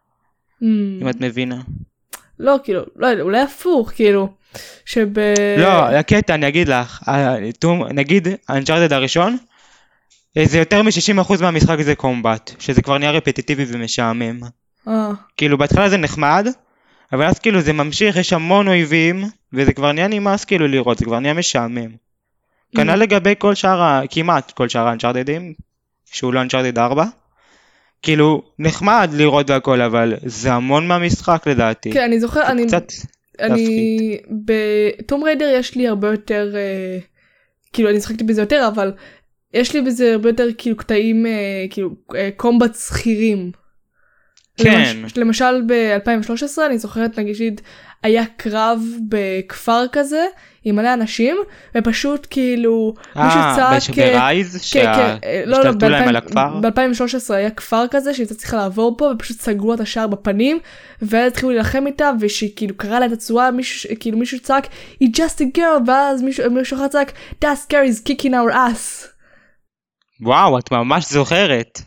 אם את מבינה. לא, כאילו, לא, אולי הפוך, כאילו, שב... לא, הקטע, אני אגיד לך, נגיד, האנצ'ארטד הראשון, זה יותר מ-שישים אחוז מהמשחק זה קומבט, שזה כבר נהיה רפטיטיבי ומשעמם. כאילו, בהתחלה זה נחמד, אבל אז כאילו זה ממשיך, יש המון אויבים, וזה כבר נהיה נמאס כאילו לראות, זה כבר נהיה משעמם. כנ"ל לגבי כל שאר, כמעט כל שאר האנצ'ארטדים, שהוא לא אנצ'ארטד ארבע, כאילו נחמד לראות והכל, אבל זה המון מהמשחק לדעתי. כן, אני זוכר, אני, אני, בטום ריידר יש לי הרבה יותר, כאילו אני שחקתי בזה יותר, אבל יש לי בזה הרבה יותר כאילו קטעים, כאילו קומבט שכירים. כן. למש, למשל ב-אלפיים ושלוש עשרה אני זוכרת נגיד היה קרב בכפר כזה עם מלא אנשים ופשוט כאילו מישהו צעק ברייז שהשתלטו להם על הכפר. ב-אלפיים ושלוש עשרה היה כפר כזה שהייתה צריכה לעבור פה ופשוט סגרו את השער בפנים ואז התחילו להילחם איתה ושכאילו קרא לה את הצורה כאילו מישהו צעק היא just a girl ואז מישהו אחר צעק that scary is kicking our ass. וואו את ממש זוכרת.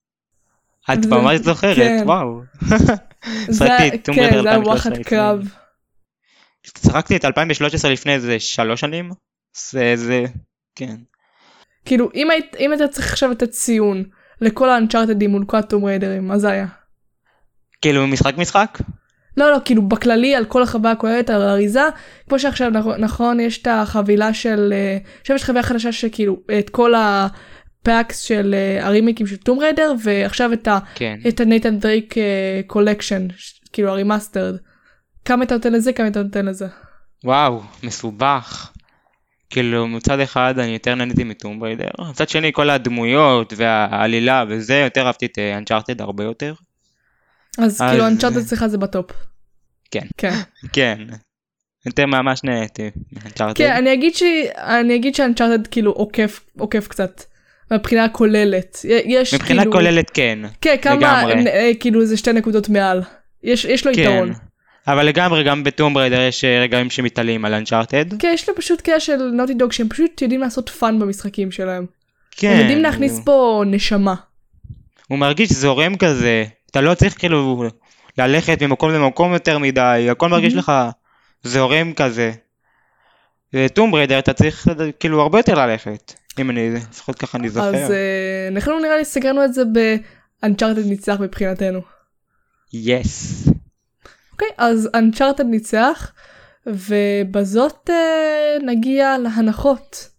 את ממש זוכרת, וואו. שחקתי, כן, זה היה וואחד קרב. שחקתי את אלפיים ושלוש עשרה לפני איזה שלוש שנים. זה, זה, כן. כאילו, אם אתה צריך עכשיו את הציון לכל האנצ'ארטדים מול כל הטום ריידרים, מה זה היה? כאילו, משחק משחק? לא, לא, כאילו, בכללי, על כל החוויה הכוללת, על האריזה, כמו שעכשיו, נכון, יש את החבילה של, עכשיו יש חוויה חדשה שכאילו, את כל ה... פאקס של הרימיקים של טום ריידר, ועכשיו את ה... את הנייתן דרייק קולקשן, כאילו הרימאסטרד. כמה אתה נותן לזה, כמה אתה נותן לזה? וואו, מסובך. כאילו, מצד אחד אני יותר נהניתי מטום ריידר. מצד שני, כל הדמויות והעלילה וזה, יותר אהבתי את אנצ'ארטד הרבה יותר. אז כאילו אנצ'ארטד אצלך זה בטופ. כן. כן. כן. יותר ממש נהניתי מאנצ'ארטד. כן, אני אגיד שאנצ'ארטד כאילו עוקף קצת. מבחינה הכוללת. יש מבחינה כאילו... כוללת כן. כן, כמה, כאילו זה שתי נקודות מעל. יש, יש לו כן. יתרון. אבל לגמרי גם בטום ריידר יש רגעים שמתעלים על אנצ'ארטד. כן, יש לו פשוט קטע של נוטי דוג שהם פשוט יודעים לעשות פאן במשחקים שלהם. כן. הם יודעים להכניס פה נשמה. הוא מרגיש זורם כזה. אתה לא צריך כאילו ללכת ממקום למקום יותר מדי. הכל מרגיש לך זורם כזה. וטום ריידר אתה צריך כאילו הרבה יותר ללכת. אם אני, לפחות ככה אני זוכר. אז אנחנו נראה לי סגרנו את זה באנצ'ארטד ניצח מבחינתנו. יס. אוקיי, אז אנצ'ארטד ניצח, ובזאת נגיע להנחות.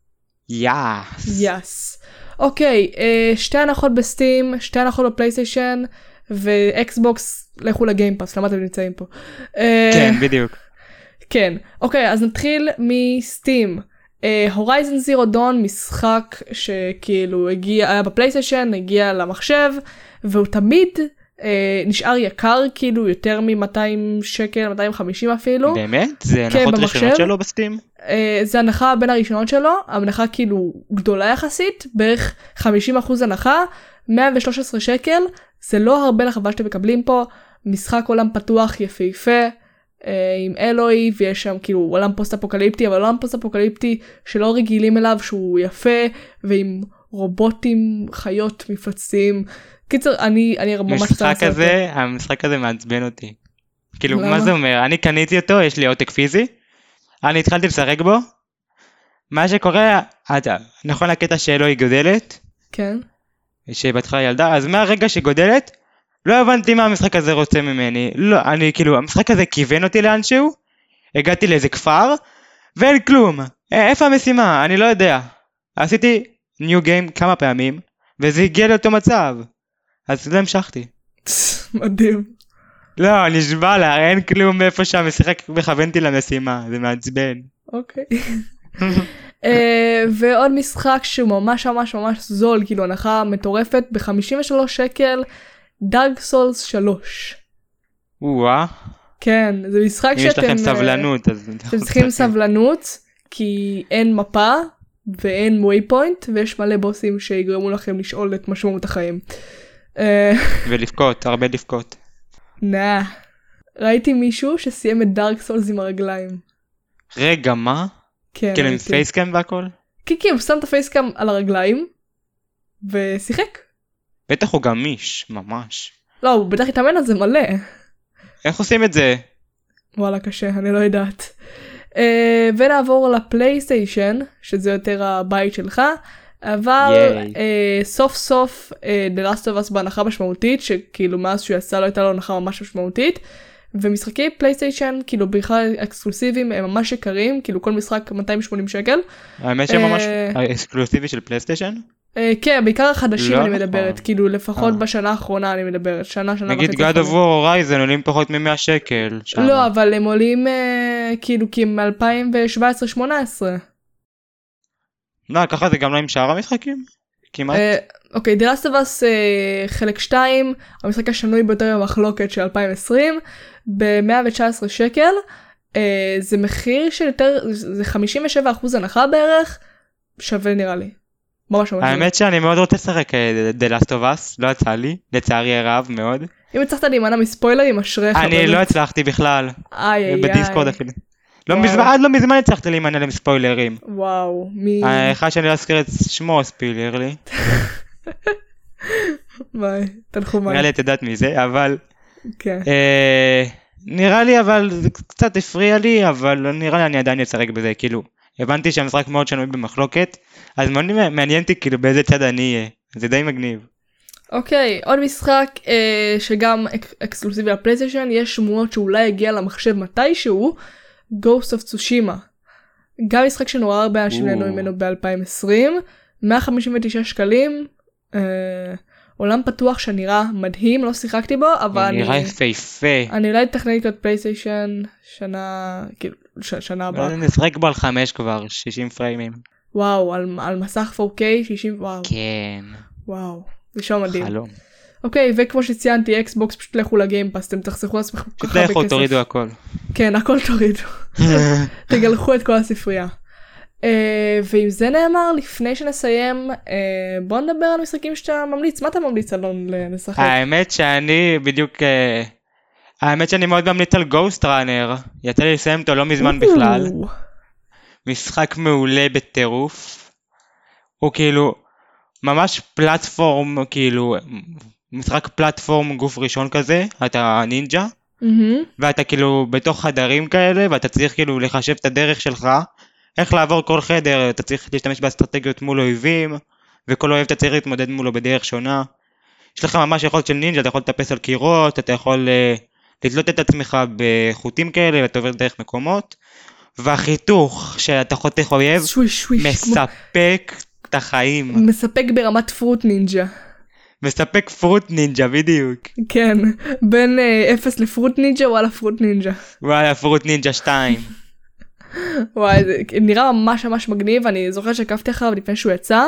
יס. יס. אוקיי, שתי הנחות בסטים, שתי הנחות בפלייסטיישן, ואקסבוקס, לכו לגיימפאס, למה אתם נמצאים פה? כן, בדיוק. כן, אוקיי, אז נתחיל מסטים. הורייזן זירו דון, משחק שכאילו הגיע, היה בפלייסטיישן, הגיע למחשב, והוא תמיד אה, נשאר יקר, כאילו יותר מ-מאתיים שקל, מאתיים וחמישים אפילו. באמת? זה הנחות כן, ראשונות שלו בסטים? אה, זה הנחה בין הראשונות שלו, הנחה כאילו גדולה יחסית, בערך חמישים אחוז הנחה, מאה ושלוש עשרה שקל, זה לא הרבה לחבל שאתם מקבלים פה, משחק עולם פתוח יפהפה, עם אלוי, ויש שם כאילו עולם פוסט-אפוקליפטי, אבל עולם פוסט-אפוקליפטי שלא רגילים אליו, שהוא יפה, ועם רובוטים, חיות, מפלצתיים. קיצר, אני, אני ממש משחק הזה, המשחק הזה מעצבן אותי. כאילו, למה? מה זה אומר? אני קניתי אותו, יש לי עותק פיזי, אני התחלתי לשחק בו, מה שקורה, אתה, נכון לקטע שאלוי גודלת, כן. שבהתחלה ילדה, אז מהרגע שגודלת, לא הבנתי מה המשחק הזה רוצה ממני, לא, אני כאילו, המשחק הזה כיוון אותי לאנשהו, הגעתי לאיזה כפר, ואין כלום, איפה המשימה? אני לא יודע. עשיתי ניו גיים כמה פעמים, וזה הגיע לאותו מצב, אז לא המשכתי. מדהים. לא, נשבע לה, אין כלום מאיפה שהמשחק מכוונתי למשימה, זה מעצבן. אוקיי. ועוד משחק שהוא ממש ממש ממש זול, כאילו הנחה מטורפת, ב-חמישים ושלושה שקל, דארק סולס שלוש. וואה. כן, זה משחק שאתם... אם יש לכם סבלנות, אז... אתם צריכים סבלנות, כי אין מפה, ואין ווי פוינט, ויש מלא בוסים שיגרמו לכם לשאול את משמעות החיים. ולבכות, הרבה לבכות. נה. ראיתי מישהו שסיים את דארק סולס עם הרגליים. רגע, מה? כן. כאילו עם פייסקאם והכל? כן, כן, הוא שם את הפייסקאם על הרגליים, ושיחק. בטח הוא גמיש, ממש. לא, הוא בטח התאמן על זה מלא. איך עושים את זה? וואלה, קשה, אני לא יודעת. Uh, ונעבור לפלייסטיישן, שזה יותר הבית שלך, אבל uh, סוף סוף uh, The Last of Us בהנחה משמעותית, שכאילו מאז שהוא יצא לא הייתה לו הנחה ממש משמעותית, ומשחקי פלייסטיישן, כאילו בכלל אקסקלוסיביים, הם ממש יקרים, כאילו כל משחק מאתיים ושמונים שקל. האמת שממש אקסקלוסיבי של פלייסטיישן? כן, בעיקר החדשים אני מדברת, כאילו לפחות בשנה האחרונה אני מדברת, שנה, שנה וחצי. נגיד God of War Horizon עולים פחות מ-מאה שקל. לא, אבל הם עולים כאילו כי הם מ-אלפיים שבע עשרה שמונה עשרה. לא, ככה זה גם לא עם שאר המשחקים? כמעט. אוקיי, The Last of Us חלק שתיים, המשחק השנוי ביותר במחלוקת של אלפיים ועשרים, ב-מאה ותשע עשרה שקל, זה מחיר של יותר, זה חמישים ושבעה אחוז הנחה בערך, שווה נראה לי. ממש ממש. האמת שאני מאוד רוצה לשחק The Last of Us, לא יצא לי, לצערי הרב מאוד. אם הצלחת להימנע מספוילרים, אשריך. אני לא הצלחתי בכלל. איי איי איי. בדיסקורד אפילו. עד לא מזמן הצלחתי להימנע למספוילרים. וואו. האחד שאני לא אזכיר את שמו ספוילר לי. ביי, תנחומיי. נראה לי את יודעת מזה, אבל... כן. נראה לי אבל זה קצת הפריע לי, אבל נראה לי אני עדיין אצרק בזה, כאילו. הבנתי שהמשחק מאוד שנוי במחלוקת, אז מאוד מעניין אותי כאילו באיזה צד אני אהיה, זה די מגניב. אוקיי, עוד משחק אה, שגם אק- אקסקלוסיבי לפלייסטיישן, יש שמועות שאולי יגיע למחשב מתישהו, Ghost of Tsushima. גם משחק שנורא הרבה אנשים נהנו ממנו ב-אלפיים ועשרים, מאה חמישים ותשעה שקלים, אה, עולם פתוח שנראה מדהים, לא שיחקתי בו, אבל אני... נראה יפהפה. אני אולי אתכנן לקראת פלייסטיישן שנה, כאילו, ש- שנה הבאה. נשחק בו על חמש כבר, שישים פריימים. וואו, על, על מסך פור קיי, שישים, וואו. כן. וואו, זה שום מדהים. חלום. אוקיי, וכמו שציינתי, אקסבוקס פשוט לכו לגיימפאס, אתם תחסכו לעצמכם כל כך הרבה כסף. לכו, תורידו הכל. כן, הכל תורידו. תגלחו את כל הספרייה. Uh, ואם זה נאמר, לפני שנסיים, uh, בוא נדבר על משחקים שאתה ממליץ. מה אתה ממליץ אלון לשחק? האמת שאני בדיוק, uh, האמת שאני מאוד ממליץ על גוסט ראנר. יצא לי לסיים אותו לא מזמן בכלל. משחק מעולה בטירוף. הוא כאילו ממש פלטפורם, כאילו משחק פלטפורם גוף ראשון כזה, אתה נינג'ה, mm-hmm. ואתה כאילו בתוך חדרים כאלה, ואתה צריך כאילו לחשב את הדרך שלך, איך לעבור כל חדר, אתה צריך להשתמש באסטרטגיות מול אויבים, וכל אויב אתה צריך להתמודד מולו בדרך שונה. יש לך ממש יכולת של נינג'ה, אתה יכול לטפס על קירות, אתה יכול uh, לתלות את עצמך בחוטים כאלה, ואתה עובר דרך מקומות, והחיתוך שאתה חותך אויב, שוויש, שוויש, מספק כמו... את החיים. מספק ברמת פרוט נינג'ה. מספק פרוט נינג'ה, בדיוק. כן, בין uh, אפס לפרוט נינג'ה, וואלה פרוט נינג'ה. וואלה, פרוט נינג'ה שתיים. וואי, זה נראה ממש ממש מגניב, אני זוכר שעקבתי אחריו לפני שהוא יצא,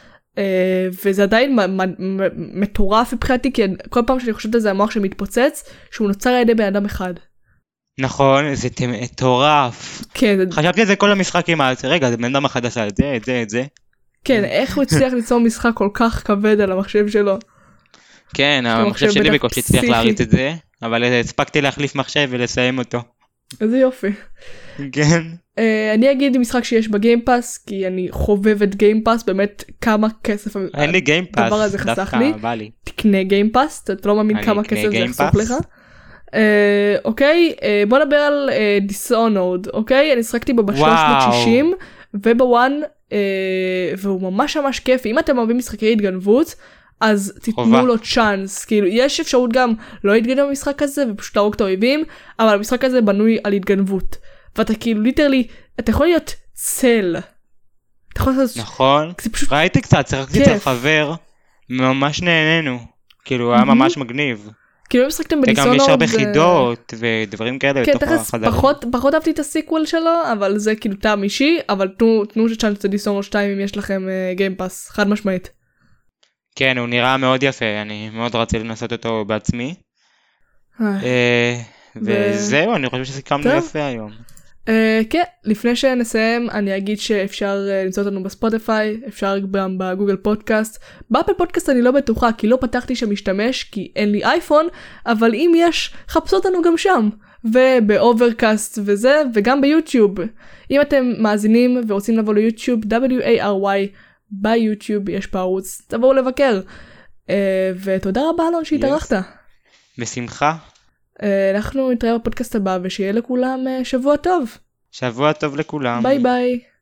וזה עדיין מטורף מבחינתי, כי כל פעם שאני חושבת על זה המוח שמתפוצץ, שהוא נוצר על ידי בן אדם אחד. נכון, זה מטורף. כן. חשבתי על זה כל המשחקים, אז רגע, זה בן אדם אחד עשה את זה, את זה, את זה. כן, איך הוא הצליח ליצור משחק כל כך כבד על המחשב שלו? כן, המחשב שלי בקושי הצליח להריץ את זה, אבל הספקתי להחליף מחשב ולסיים אותו. איזה יופי. כן. Uh, אני אגיד משחק שיש בגיימפאס, כי אני חובבת גיימפאס, באמת כמה כסף אין לי גיימפאס, הדבר הזה חסך לי. בא לי. תקנה גיימפאס, אתה לא מאמין כמה כסף זה יחסוך לך. Uh, אוקיי, uh, בוא נדבר על uh, Dishonored, אוקיי? אני שחקתי בו ב-שלוש מאות ושישים, ובוואן, uh, והוא ממש ממש כיפי. אם אתם אוהבים משחקי התגנבות, אז תיתנו לו צ'אנס, כאילו יש אפשרות גם לא להתגנב במשחק הזה ופשוט להרוג את האויבים, אבל המשחק הזה בנוי על התגנבות, ואתה כאילו ליטרלי, אתה יכול להיות צל. אתה יכול לעשות... נכון, פשוט... ראיתי קצת, שחקתי אצל חבר, ממש נהנינו, כאילו היה ממש מגניב. כאילו משחקתם בדיסונורד... וגם יש הרבה חידות ודברים כאלה בתוך החדרים. פחות, פחות אהבתי את הסיקוול שלו, אבל זה כאילו טעם אישי, אבל תנו, תנו שצ'אנס את דיסונורד שתיים אם יש לכם גיימפאס, חד משמעית. כן, הוא נראה מאוד יפה, אני מאוד רציתי לנסות אותו בעצמי. וזהו, אני חושב שסיכמנו יפה היום. כן, לפני שנסיים, אני אגיד שאפשר למצוא אותנו בספוטיפיי, אפשר גם בגוגל פודקאסט. באפל פודקאסט אני לא בטוחה, כי לא פתחתי שם משתמש, כי אין לי אייפון, אבל אם יש, חפשו אותנו גם שם. ובאוברקאסט וזה, וגם ביוטיוב. אם אתם מאזינים ורוצים לבוא ליוטיוב, דאבליו איי אר וואי, ביוטיוב יש פה ערוץ, תבואו לבקר. Uh, ותודה רבה אלון שהתארחת. Yes. בשמחה. Uh, אנחנו נתראה בפודקאסט הבא ושיהיה לכולם uh, שבוע טוב. שבוע טוב לכולם. ביי ביי.